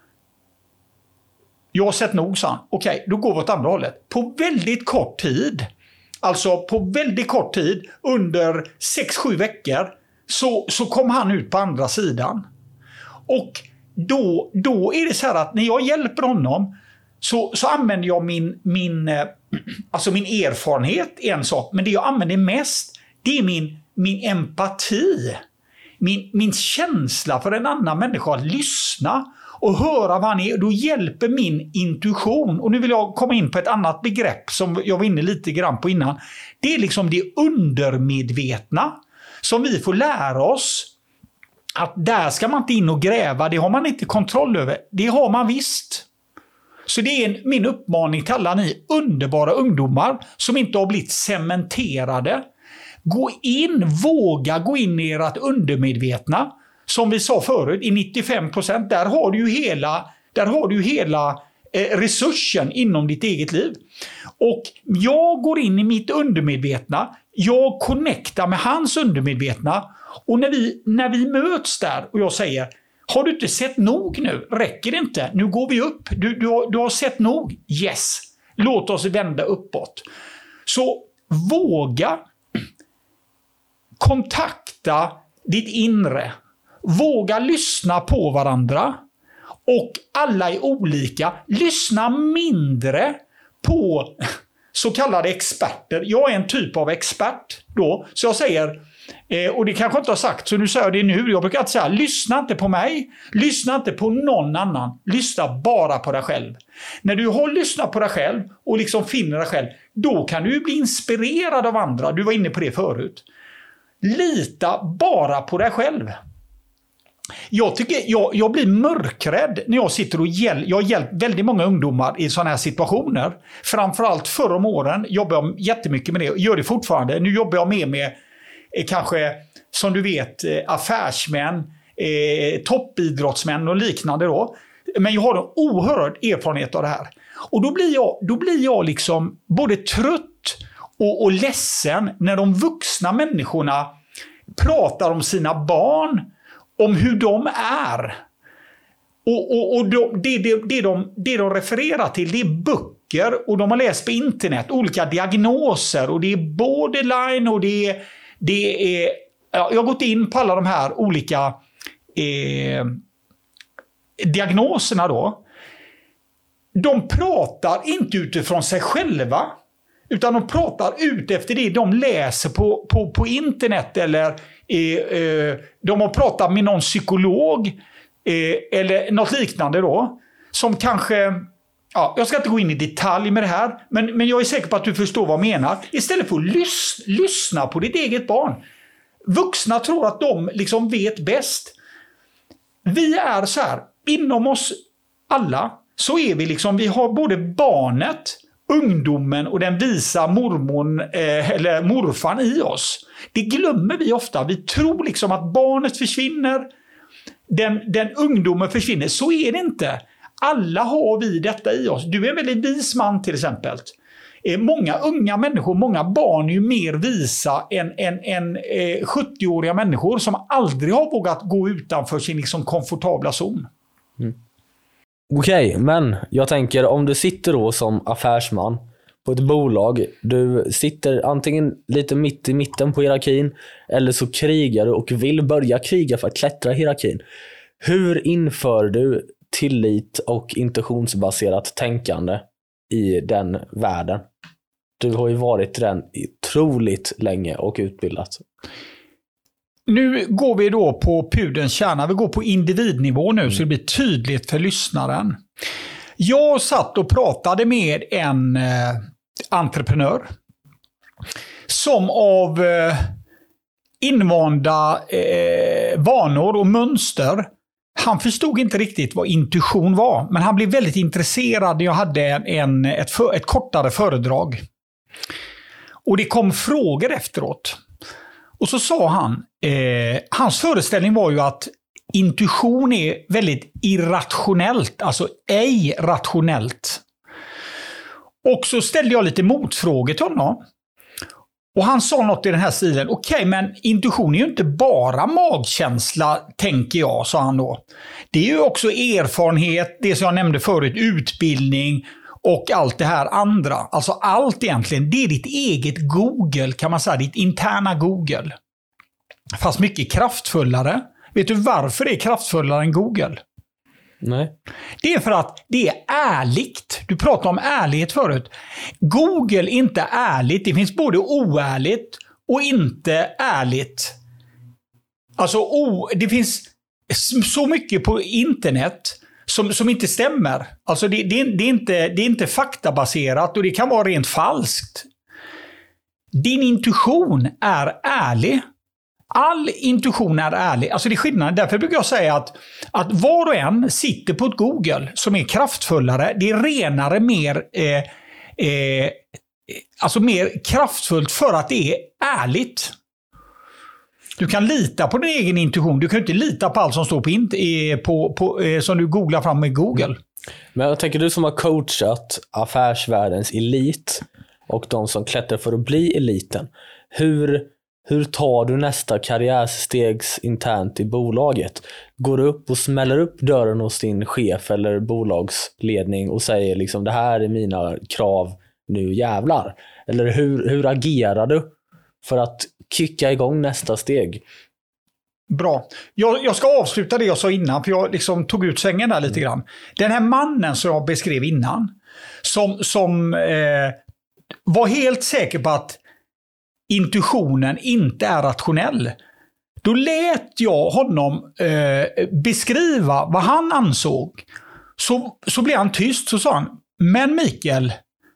Jag har sett nog, sa han. Okej, då går vi åt andra hållet. På väldigt kort tid, alltså på väldigt kort tid, under sex sju veckor, så, så kom han ut på andra sidan. Och då, då är det så här att när jag hjälper honom så, så använder jag min, min, alltså min erfarenhet, en sak. Men det jag använder mest, det är min, min empati. Min, min känsla för en annan människa att lyssna och höra vad han är. Då hjälper min intuition. Och nu vill jag komma in på ett annat begrepp som jag var inne lite grann på innan. Det är liksom det undermedvetna som vi får lära oss. Att där ska man inte in och gräva. Det har man inte kontroll över. Det har man visst. Så det är min uppmaning till alla ni underbara ungdomar som inte har blivit cementerade. Gå in, våga gå in i ert undermedvetna. Som vi sa förut, i nittiofem procent, där har du ju hela, där har du ju hela eh, resursen inom ditt eget liv. Och jag går in i mitt undermedvetna, jag connectar med hans undermedvetna. Och när vi, när vi möts där och jag säger, har du inte sett nog nu? Räcker det inte? Nu går vi upp. Du, du, har, du har sett nog? Yes. Låt oss vända uppåt. Så våga kontakta ditt inre. Våga lyssna på varandra. Och alla är olika. Lyssna mindre på så kallade experter. Jag är en typ av expert då. Så jag säger, eh, och det kanske inte har sagt, så nu säger jag det nu. Jag brukar inte säga, lyssna inte på mig. Lyssna inte på någon annan. Lyssna bara på dig själv. När du har lyssnat på dig själv och liksom finner dig själv, då kan du bli inspirerad av andra. Du var inne på det förut. Lita bara på dig själv. Jag, tycker, jag, jag blir mörkrädd när jag sitter och hjälper. Jag har hjälpt väldigt många ungdomar i sådana här situationer. Framförallt förra om åren jobbar jag jättemycket med det. Gör det fortfarande. Nu jobbar jag med, med eh, kanske, som du vet, eh, affärsmän, eh, toppidrottsmän och liknande då. Men jag har en oerhörd erfarenhet av det här. Och då blir jag, då blir jag liksom både trött och, och ledsen när de vuxna människorna pratar om sina barn, om hur de är. Och, och, och de, det, det, det, de, det de refererar till, det är böcker och de har läst på internet, olika diagnoser och det är borderline och det är, det är ja, jag har gått in på alla de här olika eh, diagnoserna då. De pratar inte utifrån sig själva, utan de pratar ut efter det de läser på, på, på internet eller eh, eh, de har pratat med någon psykolog eh, eller något liknande då. Som kanske, ja, jag ska inte gå in i detalj med det här, men, men jag är säker på att du förstår vad jag menar. Istället för att lys, lyssna på ditt eget barn. Vuxna tror att de liksom vet bäst. Vi är så här, inom oss alla så är vi liksom, vi har både barnet ungdomen och den visa mormon eh, eller morfan i oss. Det glömmer vi ofta. Vi tror liksom att barnet försvinner, den, den ungdomen försvinner. Så är det inte. Alla har vi detta i oss. Du är en väldigt vis man till exempel. Eh, många unga människor, många barn är ju mer visa än, än, än eh, sjuttio-åriga människor som aldrig har vågat gå utanför sin liksom, komfortabla zon. Mm. Okej, okay, men jag tänker om du sitter då som affärsman på ett bolag, du sitter antingen lite mitt i mitten på hierarkin eller så krigar du och vill börja kriga för att klättra hierarkin. Hur inför du tillit och intentionsbaserat tänkande i den världen? Du har ju varit den otroligt länge och utbildat. Nu går vi då på pudelns kärna. Vi går på individnivå nu, mm. så det blir tydligt för lyssnaren. Jag satt och pratade med en eh, entreprenör som av eh, invanda eh, vanor och mönster, han förstod inte riktigt vad intuition var, men han blev väldigt intresserad. Jag hade en, ett, för, ett kortare föredrag och det kom frågor efteråt. Och så sa han, eh, hans föreställning var ju att intuition är väldigt irrationellt, alltså ej rationellt. Och så ställde jag lite motfrågor till honom. Och han sa något i den här stilen, okej, okay, men intuition är ju inte bara magkänsla, tänker jag, sa han då. Det är ju också erfarenhet, det som jag nämnde förut, utbildning och allt det här andra. Alltså allt egentligen, det är ditt eget Google, kan man säga, ditt interna Google. Fast mycket kraftfullare. Vet du varför det är kraftfullare än Google? Nej. Det är för att det är ärligt. Du pratade om ärlighet förut. Google är inte ärligt. Det finns både oärligt och inte ärligt. Alltså o, det finns så mycket på internet som, som inte stämmer. Alltså det, det, det, är inte, det är inte faktabaserat och det kan vara rent falskt. Din intuition är ärlig. All intuition är ärlig. Alltså det är skillnad. Därför brukar jag säga att, att var och en sitter på ett Google som är kraftfullare. Det är renare, mer, eh, eh, alltså mer kraftfullt för att det är ärligt. Du kan lita på din egen intuition. Du kan inte lita på allt som står på, på, på, eh, som du googlar fram med Google. Men jag tänker, du som har coachat affärsvärldens elit och de som klättrar för att bli eliten. Hur... Hur tar du nästa karriärstegs internt i bolaget? Går du upp och smäller upp dörren hos din chef eller bolagsledning och säger liksom, det här är mina krav, nu jävlar? Eller hur, hur agerar du för att kicka igång nästa steg? Bra. Jag, jag ska avsluta det jag sa innan, för jag liksom tog ut svängen där lite grann. Den här mannen som jag beskrev innan, som, som eh, var helt säker på att intuitionen inte är rationell. Då lät jag honom eh, beskriva vad han ansåg. Så, så blev han tyst, så sa han, men Mikael,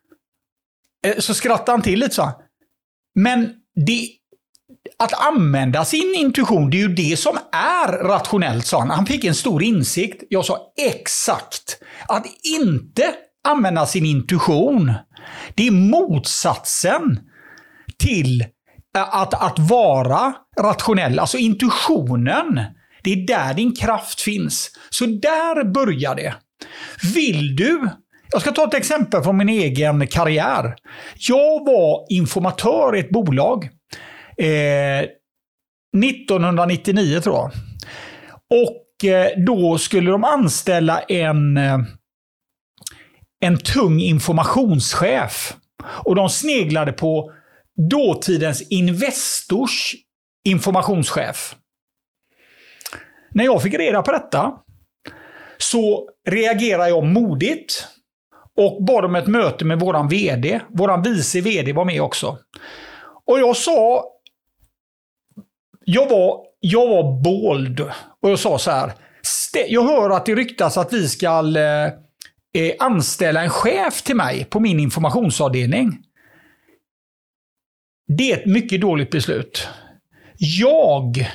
eh, så skrattade han till lite, så han, men det, att använda sin intuition, det är ju det som är rationellt, sa han. Han fick en stor insikt. Jag sa exakt, att inte använda sin intuition, det är motsatsen till att, att vara rationell. Alltså intuitionen, det är där din kraft finns. Så där börjar det. Vill du, jag ska ta ett exempel från min egen karriär. Jag var informatör i ett bolag eh, nittonhundranittionio tror jag. Och eh, då skulle de anställa en, eh, en tung informationschef. Och de sneglade på dåtidens Investors informationschef. När jag fick reda på detta så reagerade jag modigt och bad om ett möte med våran vd. Våran vice vd var med också. Och jag sa, jag var, jag var bold och jag sa så här, jag hör att det ryktas att vi ska eh, anställa en chef till mig på min informationsavdelning. Det är ett mycket dåligt beslut. Jag, eh,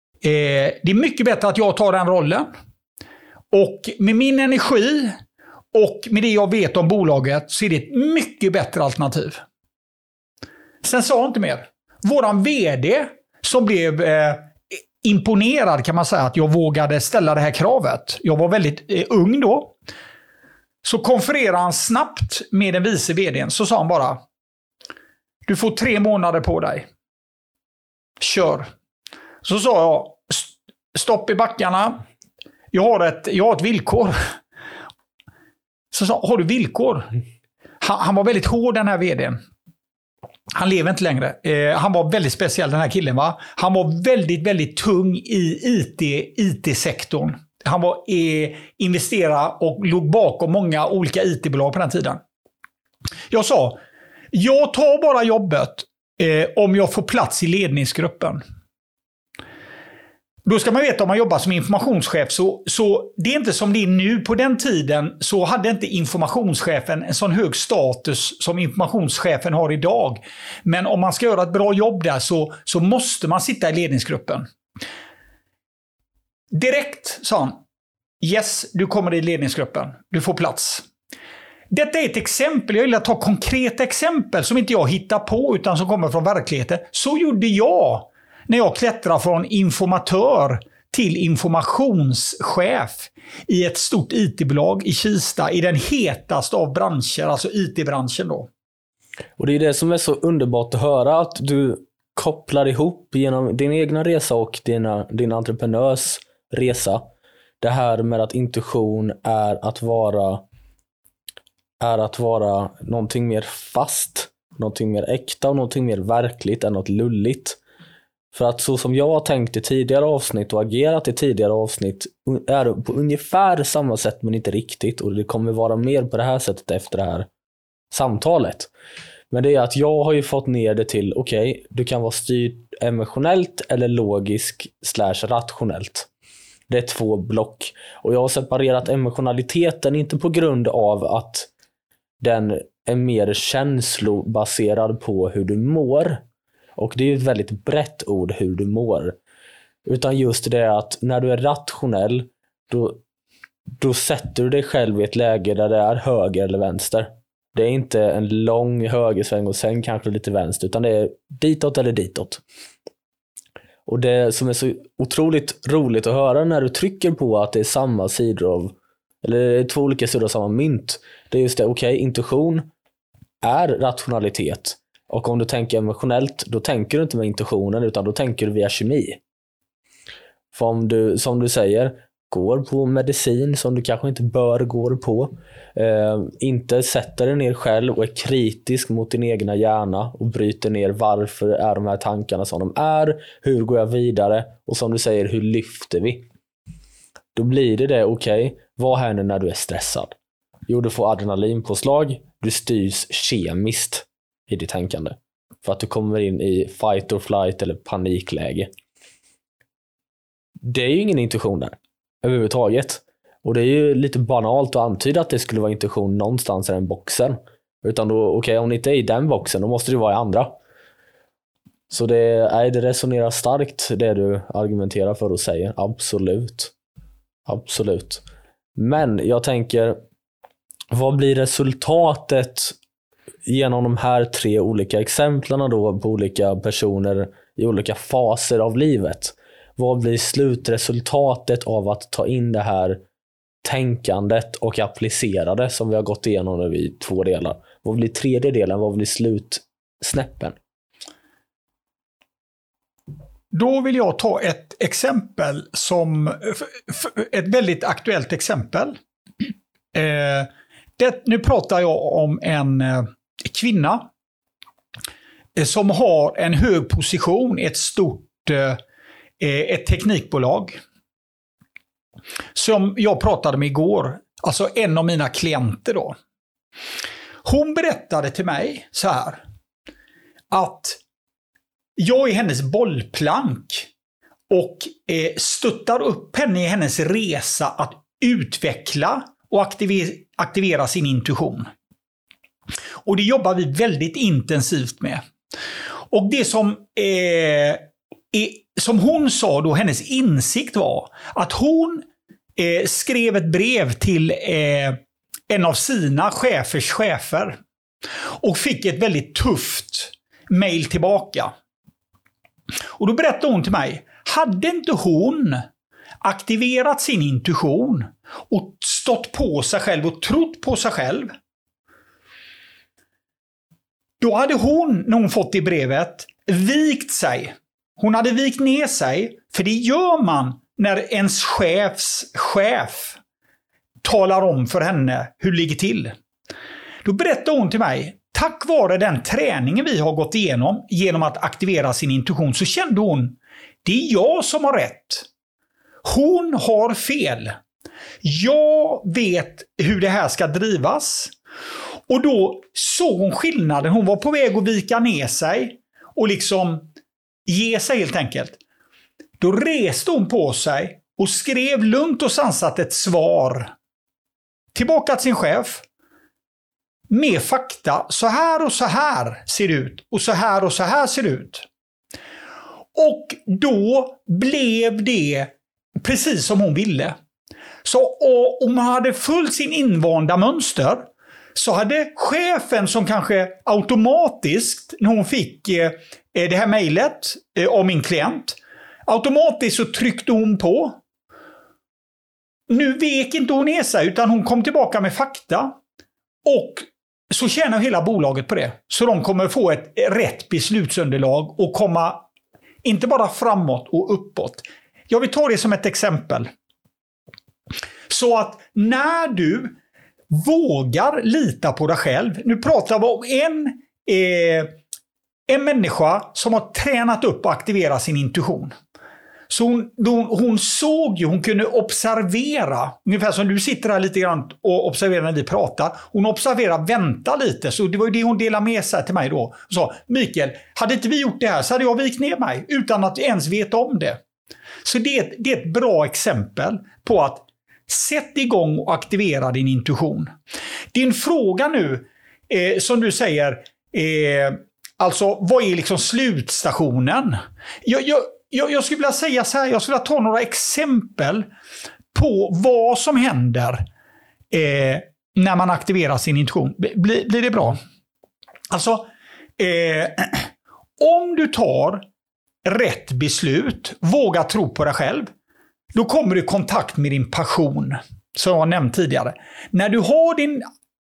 det är mycket bättre att jag tar den rollen. Och med min energi och med det jag vet om bolaget så är det ett mycket bättre alternativ. Sen sa jag inte mer. Våran vd som blev eh, imponerad kan man säga att jag vågade ställa det här kravet. Jag var väldigt eh, ung då. Så konfererade han snabbt med den vice vdn. Så sa han bara: du får tre månader på dig. Kör. Så sa jag: stopp i backarna. Jag har ett, jag har ett villkor. Så sa har du villkor? Han, han var väldigt hård, den här vdn. Han lever inte längre. Eh, han var väldigt speciell, den här killen, va? Han var väldigt, väldigt tung i I T, I T-sektorn. Han var eh, investerare och låg bakom många olika I T-bolag på den tiden. Jag sa: jag tar bara jobbet eh, om jag får plats i ledningsgruppen. Då ska man veta, om man jobbar som informationschef så, så det är inte som det är nu. På den tiden så hade inte informationschefen en sån hög status som informationschefen har idag. Men om man ska göra ett bra jobb där så, så måste man sitta i ledningsgruppen. Direkt sa han: yes, du kommer i ledningsgruppen. Du får plats. Detta är ett exempel. Jag vill att ta konkreta exempel som inte jag hittar på utan som kommer från verkligheten. Så gjorde jag när jag klättrade från informatör till informationschef i ett stort I T-bolag i Kista, i den hetaste av branscher, alltså I T-branschen då. Och det är det som är så underbart att höra, att du kopplar ihop genom din egna resa och dina, din entreprenörs resa. Det här med att intuition är att vara är att vara någonting mer fast, någonting mer äkta och någonting mer verkligt än något lulligt. För att så som jag har tänkt i tidigare avsnitt och agerat i tidigare avsnitt är det på ungefär samma sätt men inte riktigt, och det kommer vara mer på det här sättet efter det här samtalet. Men det är att jag har ju fått ner det till okej, okay, du kan vara styrd emotionellt eller logisk slash rationellt. Det är två block. Och jag har separerat emotionaliteten inte på grund av att den är mer känslobaserad på hur du mår. Och det är ett väldigt brett ord, hur du mår. Utan just det att när du är rationell, då, då sätter du dig själv i ett läge där det är höger eller vänster. Det är inte en lång högersväng och sen kanske lite vänster, utan det är ditåt eller ditåt. Och det som är så otroligt roligt att höra när du trycker på att det är samma sidor av, eller två olika sidor av samma mynt, det är just det, okej, okay, intuition är rationalitet. Och om du tänker emotionellt, då tänker du inte med intuitionen utan då tänker du via kemi. För om du, som du säger, går på medicin som du kanske inte bör gå på, eh, inte sätter dig ner själv och är kritisk mot din egna hjärna och bryter ner varför är de här tankarna som de är, hur går jag vidare och som du säger, hur lyfter vi? Då blir det det, okej, okay, vad händer när du är stressad? Jo, du får adrenalinpåslag, du styrs kemiskt i ditt tänkande. För att du kommer in i fight or flight eller panikläge. Det är ju ingen intuition där överhuvudtaget. Och det är ju lite banalt att antyda att det skulle vara intuition någonstans i den boxen. Utan då, okej, okay, om det inte är i den boxen, då måste det vara i andra. Så det, är, det resonerar starkt det du argumenterar för och säger. Absolut. Absolut. Men jag tänker, vad blir resultatet genom de här tre olika exemplen då på olika personer i olika faser av livet? Vad blir slutresultatet av att ta in det här tänkandet och applicera det som vi har gått igenom nu i två delar? Vad blir tredje delen? Vad blir slutsnäppen? Då vill jag ta ett exempel som ett väldigt aktuellt exempel. Eh, det, nu pratar jag om en eh, kvinna eh, som har en hög position i ett stort eh, ett teknikbolag som jag pratade med igår, alltså en av mina klienter då. Hon berättade till mig så här att jag är hennes bollplank och eh, stöttar upp henne i hennes resa att utveckla och aktivera, aktivera sin intuition. Och det jobbar vi väldigt intensivt med. Och det som eh, är som hon sa då, hennes insikt var att hon eh, skrev ett brev till eh, en av sina chefers chefer och fick ett väldigt tufft mejl tillbaka. Och då berättade hon till mig, hade inte hon aktiverat sin intuition och stått på sig själv och trott på sig själv, då hade hon, när hon fått i brevet, vikt sig. Hon hade vikt ner sig, för det gör man när ens chefs chef talar om för henne hur det ligger till. Då berättade hon till mig, tack vare den träningen vi har gått igenom genom att aktivera sin intuition, så kände hon, det är jag som har rätt. Hon har fel. Jag vet hur det här ska drivas. Och då såg hon skillnaden. Hon var på väg att vika ner sig och liksom ge sig helt enkelt. Då reste hon på sig och skrev lugnt och sansat ett svar tillbaka till sin chef med fakta. Så här och så här ser det ut. Och så här och så här ser det ut. Och då blev det precis som hon ville. Så om man hade följt sin invanda mönster, så hade chefen, som kanske automatiskt, när hon fick eh, det här mejlet eh, av min klient, automatiskt så tryckte hon på. Nu vek inte hon ner sig, utan hon kom tillbaka med fakta. Och så tjänar hela bolaget på det. Så de kommer få ett rätt beslutsunderlag och komma inte bara framåt och uppåt. Jag vill ta det som ett exempel. Så att när du vågar lita på dig själv. Nu pratar vi om en, eh, en människa som har tränat upp och aktiverat sin intuition. Så hon, hon, hon såg ju, hon kunde observera, ungefär som du sitter här lite grann och observerar när vi pratar. Hon observerar, vänta lite, så det var ju det hon delade med sig till mig då. Och sa, Mikael, hade inte vi gjort det här så hade jag vikt ner mig utan att ens veta om det. Så det är, det är ett bra exempel på att sätt igång och aktivera din intuition. Din fråga nu, eh, som du säger, eh, alltså vad är liksom slutstationen? Jag, jag, jag, jag skulle vilja säga så här, jag skulle vilja ta några exempel på vad som händer eh, när man aktiverar sin intuition. Blir, blir det bra? Alltså, eh, om du tar rätt beslut, våga tro på dig själv, då kommer du i kontakt med din passion, som jag nämnt tidigare. När du har din,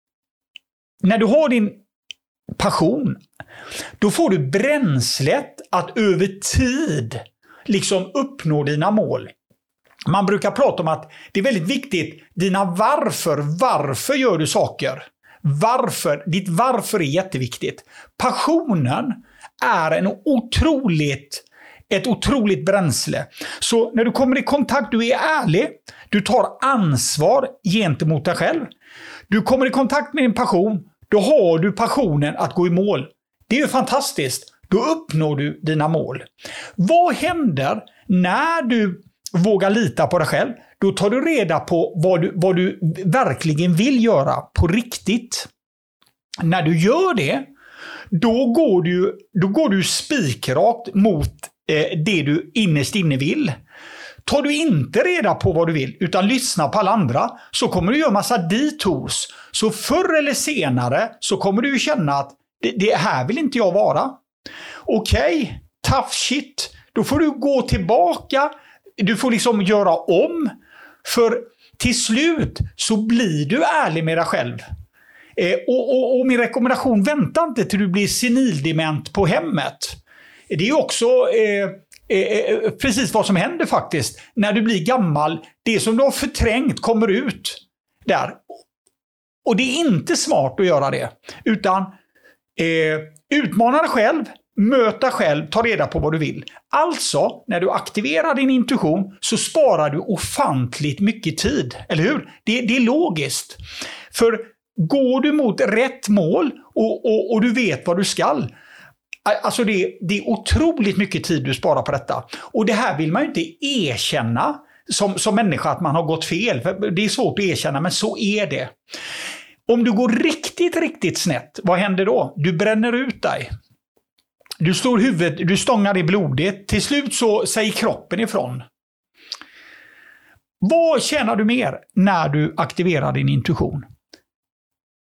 när du har din passion, då får du bränslet att över tid liksom uppnå dina mål. Man brukar prata om att det är väldigt viktigt, dina varför, varför gör du saker? Varför, ditt varför är jätteviktigt. Passionen är en otroligt Ett otroligt bränsle. Så när du kommer i kontakt, du är ärlig, du tar ansvar gentemot dig själv. Du kommer i kontakt med din passion, då har du passionen att gå i mål. Det är ju fantastiskt. Då uppnår du dina mål. Vad händer när du vågar lita på dig själv? Då tar du reda på vad du, vad du verkligen vill göra på riktigt. När du gör det, då går du, då går du spikrakt mot det du innerst inne vill. Tar du inte reda på vad du vill utan lyssnar på alla andra, så kommer du göra massa detours. Så förr eller senare så kommer du känna att det, det här vill inte jag vara. Okej, okay, tough shit. Då får du gå tillbaka. Du får liksom göra om. För till slut så blir du ärlig med dig själv. Eh, och, och, och min rekommendation, vänta inte till du blir senildement på hemmet. Det är ju också eh, eh, precis vad som händer faktiskt. När du blir gammal, det som du har förträngt kommer ut där. Och det är inte smart att göra det. Utan eh, utmana dig själv, möta själv, ta reda på vad du vill. Alltså, när du aktiverar din intuition så sparar du ofantligt mycket tid. Eller hur? Det, det är logiskt. För går du mot rätt mål och, och, och du vet vad du ska, alltså det, det är otroligt mycket tid du sparar på detta. Och det här vill man ju inte erkänna som, som människa, att man har gått fel. För det är svårt att erkänna, men så är det. Om du går riktigt, riktigt snett, vad händer då? Du bränner ut dig. Du slår huvudet, du stångar i blodet. Till slut så säger kroppen ifrån. Vad tjänar du mer när du aktiverar din intuition?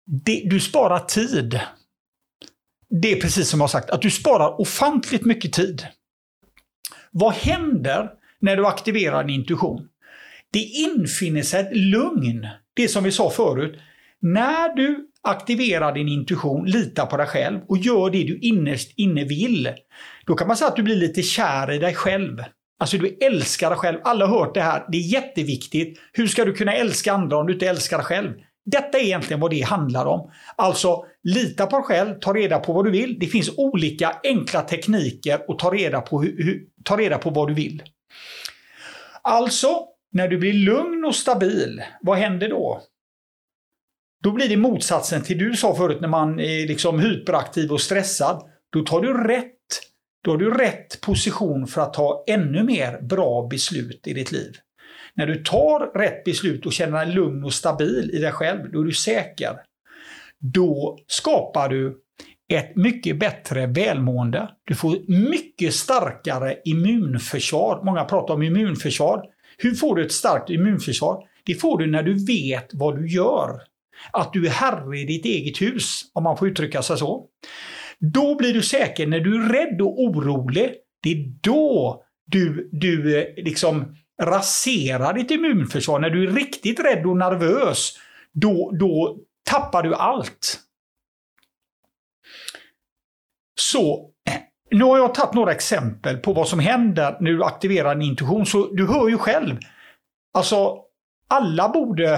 det, du sparar tid. Det är precis som jag har sagt, att du sparar ofantligt mycket tid. Vad händer när du aktiverar din intuition? Det infinner sig ett lugn. Det som vi sa förut. När du aktiverar din intuition, litar på dig själv och gör det du innerst inne vill. Då kan man säga att du blir lite kär i dig själv. Alltså du älskar dig själv. Alla har hört det här. Det är jätteviktigt. Hur ska du kunna älska andra om du inte älskar dig själv? Detta är egentligen vad det handlar om. Alltså, lita på dig själv, ta reda på vad du vill. Det finns olika enkla tekniker att ta reda på, hur, hur, ta reda på vad du vill. Alltså, när du blir lugn och stabil, vad händer då? Då blir det motsatsen till du sa förut när man är liksom hyperaktiv och stressad. Då tar du rätt, då har du rätt position för att ta ännu mer bra beslut i ditt liv. När du tar rätt beslut och känner dig lugn och stabil i dig själv, då är du säker. Då skapar du ett mycket bättre välmående. Du får mycket starkare immunförsvar. Många pratar om immunförsvar. Hur får du ett starkt immunförsvar? Det får du när du vet vad du gör. Att du är herre i ditt eget hus, om man får uttrycka sig så. Då blir du säker. När du är rädd och orolig, det är då du, du liksom raserar ditt immunförsvar. När du är riktigt rädd och nervös, då, då tappar du allt. Så, nu har jag tagit några exempel på vad som händer när du aktiverar din intuition. Så du hör ju själv. Alltså, alla borde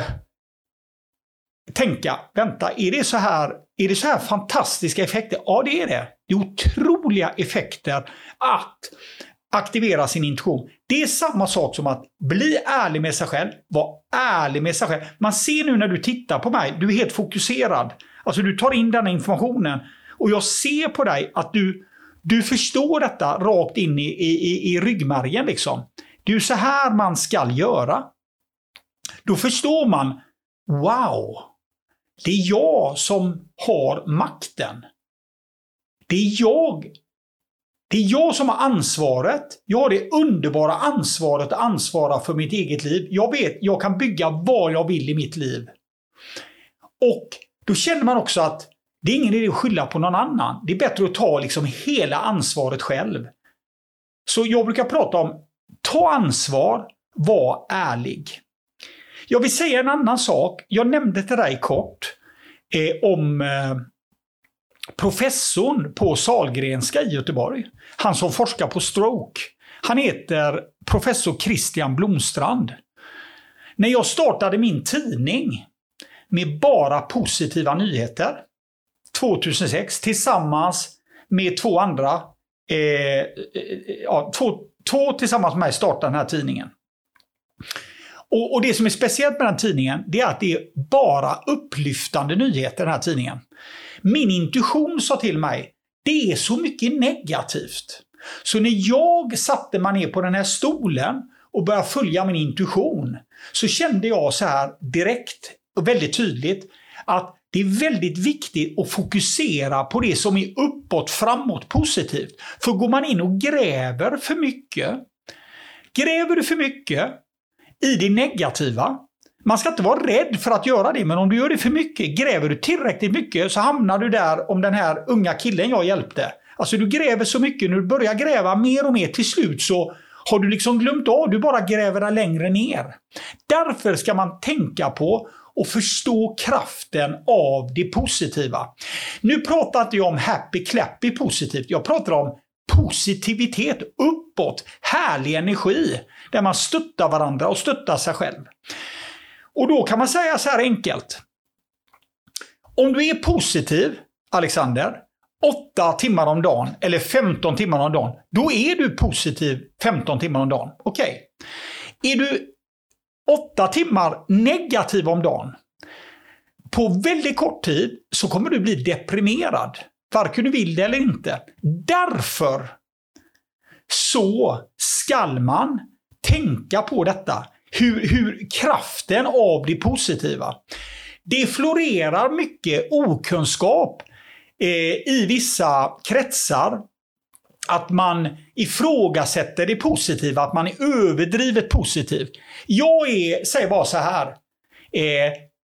tänka, vänta, är det så här, är det så här fantastiska effekter? Ja, det är det. Det är otroliga effekter att aktivera sin intuition. Det är samma sak som att bli ärlig med sig själv. Var ärlig med sig själv. Man ser nu när du tittar på mig, du är helt fokuserad. Alltså du tar in den informationen. Och jag ser på dig att du, du förstår detta rakt in i, i, i ryggmärgen liksom. Det är ju så här man ska göra. Då förstår man, wow, det är jag som har makten. Det är jag. Det är jag som har ansvaret. Jag har det underbara ansvaret att ansvara för mitt eget liv. Jag vet, jag kan bygga vad jag vill i mitt liv. Och då känner man också att det är ingen idé att skylla på någon annan. Det är bättre att ta liksom hela ansvaret själv. Så jag brukar prata om, ta ansvar, var ärlig. Jag vill säga en annan sak. Jag nämnde till dig kort eh, om eh, professorn på Sahlgrenska i Göteborg. Han som forskar på stroke. Han heter professor Christian Blomstrand. När jag startade min tidning med bara positiva nyheter tjugohundrasex tillsammans med två andra eh, ja, två, två tillsammans med mig startade den här tidningen. Och, och det som är speciellt med den tidningen, det är att det är bara upplyftande nyheter den här tidningen. Min intuition sa till mig, det är så mycket negativt. Så när jag satte mig ner på den här stolen och började följa min intuition, så kände jag så här direkt och väldigt tydligt att det är väldigt viktigt att fokusera på det som är uppåt, framåt, positivt. För går man in och gräver för mycket, gräver du för mycket i det negativa, man ska inte vara rädd för att göra det, men om du gör det för mycket, gräver du tillräckligt mycket, så hamnar du där om den här unga killen jag hjälpte. Alltså du gräver så mycket, när du börjar gräva mer och mer, till slut så har du liksom glömt av, du bara gräver där längre ner. Därför ska man tänka på och förstå kraften av det positiva. Nu pratar inte jag om happy clappy positivt, jag pratar om positivitet uppåt, härlig energi, där man stöttar varandra och stöttar sig själv. Och då kan man säga så här enkelt. Om du är positiv, Alexander, åtta timmar om dagen eller femton timmar om dagen, då är du positiv femton timmar om dagen. Okej. Okay. Är du åtta timmar negativ om dagen, på väldigt kort tid så kommer du bli deprimerad. Varken du vill det eller inte. Därför så skall man tänka på detta. Hur, hur kraften av det positiva. Det florerar mycket okunskap eh, i vissa kretsar. Att man ifrågasätter det positiva. Att man är överdrivet positiv. Jag är, säger bara så här. Eh,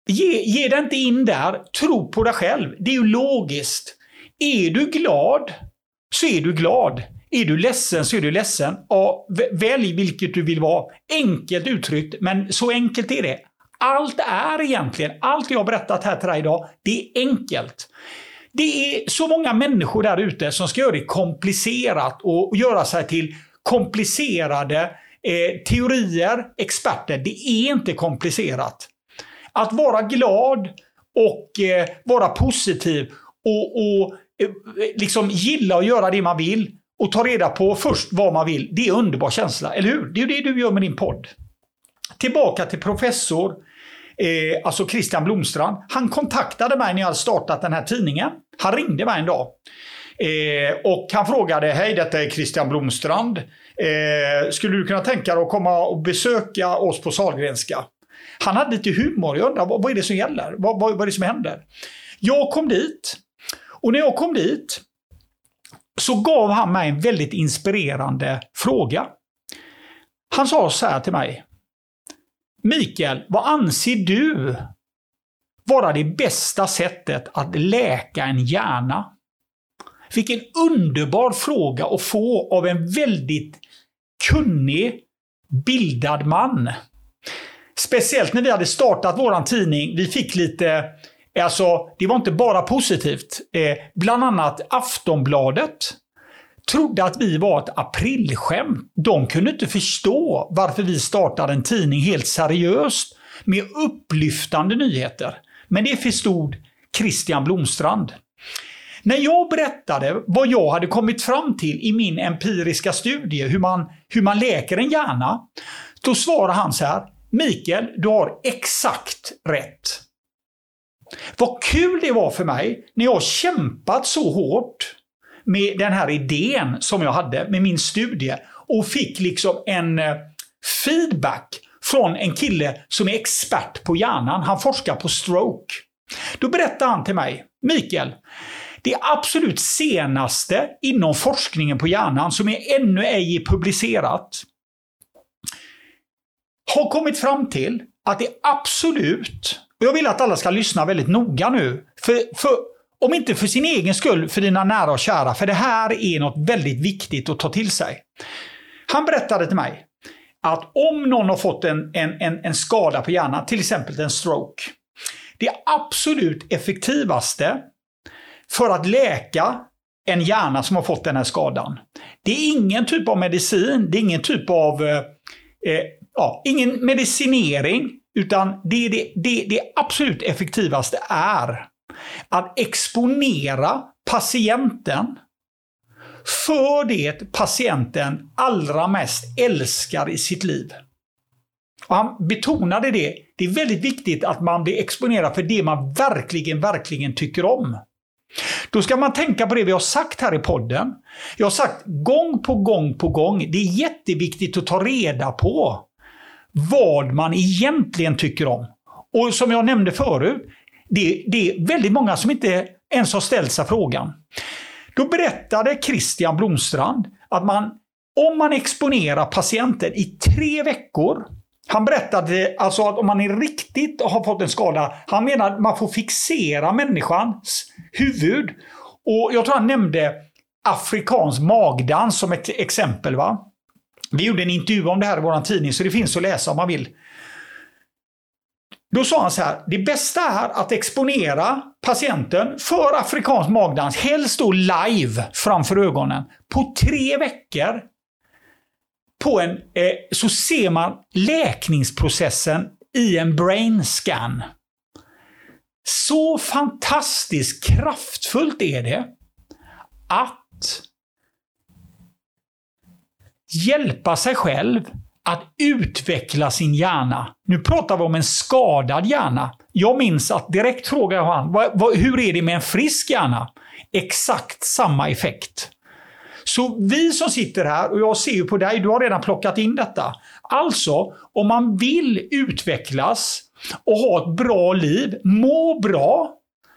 ge, ge dig inte in där, tro på dig själv. Det är ju logiskt. Är du glad så är du glad. Är du ledsen så är du ledsen. Ja, välj vilket du vill vara. Enkelt uttryckt, men så enkelt är det. Allt är egentligen, allt jag har berättat här till dig idag, det är enkelt. Det är så många människor där ute som ska göra det komplicerat och göra sig till komplicerade eh, teorier, experter. Det är inte komplicerat. Att vara glad och eh, vara positiv och, och eh, liksom gilla och göra det man vill och ta reda på först vad man vill, det är en underbar känsla, eller hur? Det är det du gör med din podd. Tillbaka till professor Eh, alltså Christian Blomstrand. Han kontaktade mig när jag hade startat den här tidningen. Han ringde mig en dag. Eh, och han frågade, hej, detta är Christian Blomstrand. Eh, skulle du kunna tänka dig att komma och besöka oss på Sahlgrenska? Han hade lite humor. Jag undrar, vad, vad är det som gäller? Vad, vad, vad är det som händer? Jag kom dit. Och när jag kom dit så gav han mig en väldigt inspirerande fråga. Han sa så här till mig. Mikael, vad anser du vara det bästa sättet att läka en hjärna? Vilken underbar fråga att få av en väldigt kunnig, bildad man. Speciellt när vi hade startat våran tidning. Vi fick lite, alltså det var inte bara positivt. Eh, bland annat Aftonbladet trodde att vi var ett aprilskämt. De kunde inte förstå varför vi startade en tidning helt seriöst med upplyftande nyheter. Men det förstod Christian Blomstrand. När jag berättade vad jag hade kommit fram till i min empiriska studie, hur man, hur man läker en hjärna, då svarade han så här: Mikael, du har exakt rätt. Vad kul det var för mig när jag kämpat så hårt med den här idén som jag hade med min studie och fick liksom en feedback från en kille som är expert på hjärnan. Han forskar på stroke. Då berättade han till mig, Mikael, det absolut senaste inom forskningen på hjärnan som är ännu ej publicerat har kommit fram till att det absolut, och jag vill att alla ska lyssna väldigt noga nu, för, för om inte för sin egen skull, för dina nära och kära, för det här är något väldigt viktigt att ta till sig. Han berättade till mig att om någon har fått en, en, en, en skada på hjärnan, till exempel en stroke, det absolut effektivaste för att läka en hjärna som har fått den här skadan, det är ingen typ av medicin, det är ingen typ av eh, ja, ingen medicinering, utan det, det, det, det absolut effektivaste är att exponera patienten för det patienten allra mest älskar i sitt liv. Och han betonade det. Det är väldigt viktigt att man blir exponerad för det man verkligen, verkligen tycker om. Då ska man tänka på det vi har sagt här i podden. Jag har sagt gång på gång på gång. Det är jätteviktigt att ta reda på vad man egentligen tycker om. Och som jag nämnde förut, det, det är väldigt många som inte ens har ställt sig frågan. Då berättade Christian Blomstrand att man, om man exponerar patienten i tre veckor, han berättade alltså att om man är riktigt har fått en skada, han menar att man får fixera människans huvud. Och jag tror han nämnde afrikansk magdans som ett exempel, va? Vi gjorde en intervju om det här i vår tidning, så det finns att läsa om man vill. Då sa han så här: det bästa är att exponera patienten för afrikansk magdans, helst då live framför ögonen. På tre veckor på en, eh, så ser man läkningsprocessen i en brain scan. Så fantastiskt kraftfullt är det att hjälpa sig själv att utveckla sin hjärna. Nu pratar vi om en skadad hjärna. Jag minns att direkt frågade jag han, vad, vad, hur är det med en frisk hjärna? Exakt samma effekt. Så vi som sitter här, och jag ser ju på dig, du har redan plockat in detta. Alltså, om man vill utvecklas och ha ett bra liv, må bra,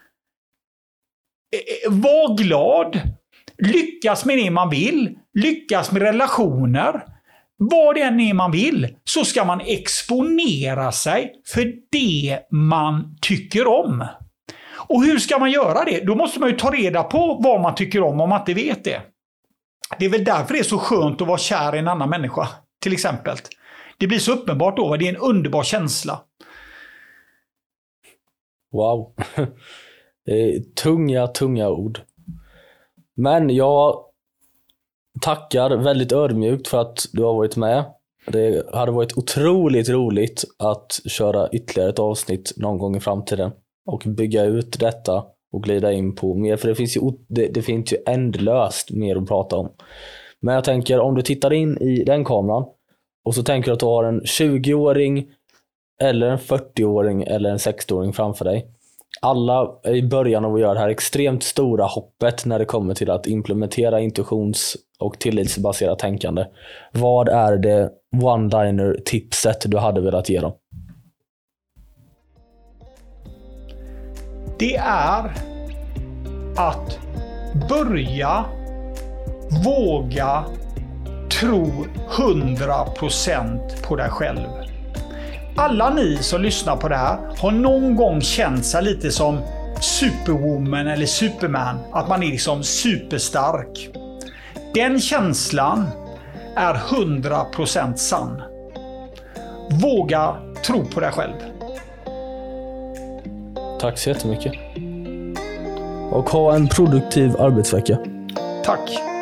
var glad, lyckas med det man vill, lyckas med relationer, vad det än är man vill, så ska man exponera sig för det man tycker om. Och hur ska man göra det? Då måste man ju ta reda på vad man tycker om om man inte vet det. Det är väl därför det är så skönt att vara kär i en annan människa, till exempel. Det blir så uppenbart då, det är en underbar känsla. Wow. tunga, tunga ord. Men jag tackar väldigt ödmjukt för att du har varit med. Det hade varit otroligt roligt att köra ytterligare ett avsnitt någon gång i framtiden och bygga ut detta och glida in på mer, för det finns ju, det, det finns ju ändlöst mer att prata om. Men jag tänker, om du tittar in i den kameran och så tänker du att du har en tjugo-åring eller en fyrtio-åring eller en sextio-åring framför dig. Alla är i början av att göra det här extremt stora hoppet när det kommer till att implementera intuitions- och tillitsbaserat tänkande. Vad är det one-liner tipset du hade velat ge dem? Det är att börja våga tro hundra procent på dig själv. Alla ni som lyssnar på det här har någon gång känt sig lite som Superwoman eller Superman. Att man är liksom superstark. Den känslan är hundra procent sann. Våga tro på dig själv. Tack så jättemycket. Och ha en produktiv arbetsvecka. Tack.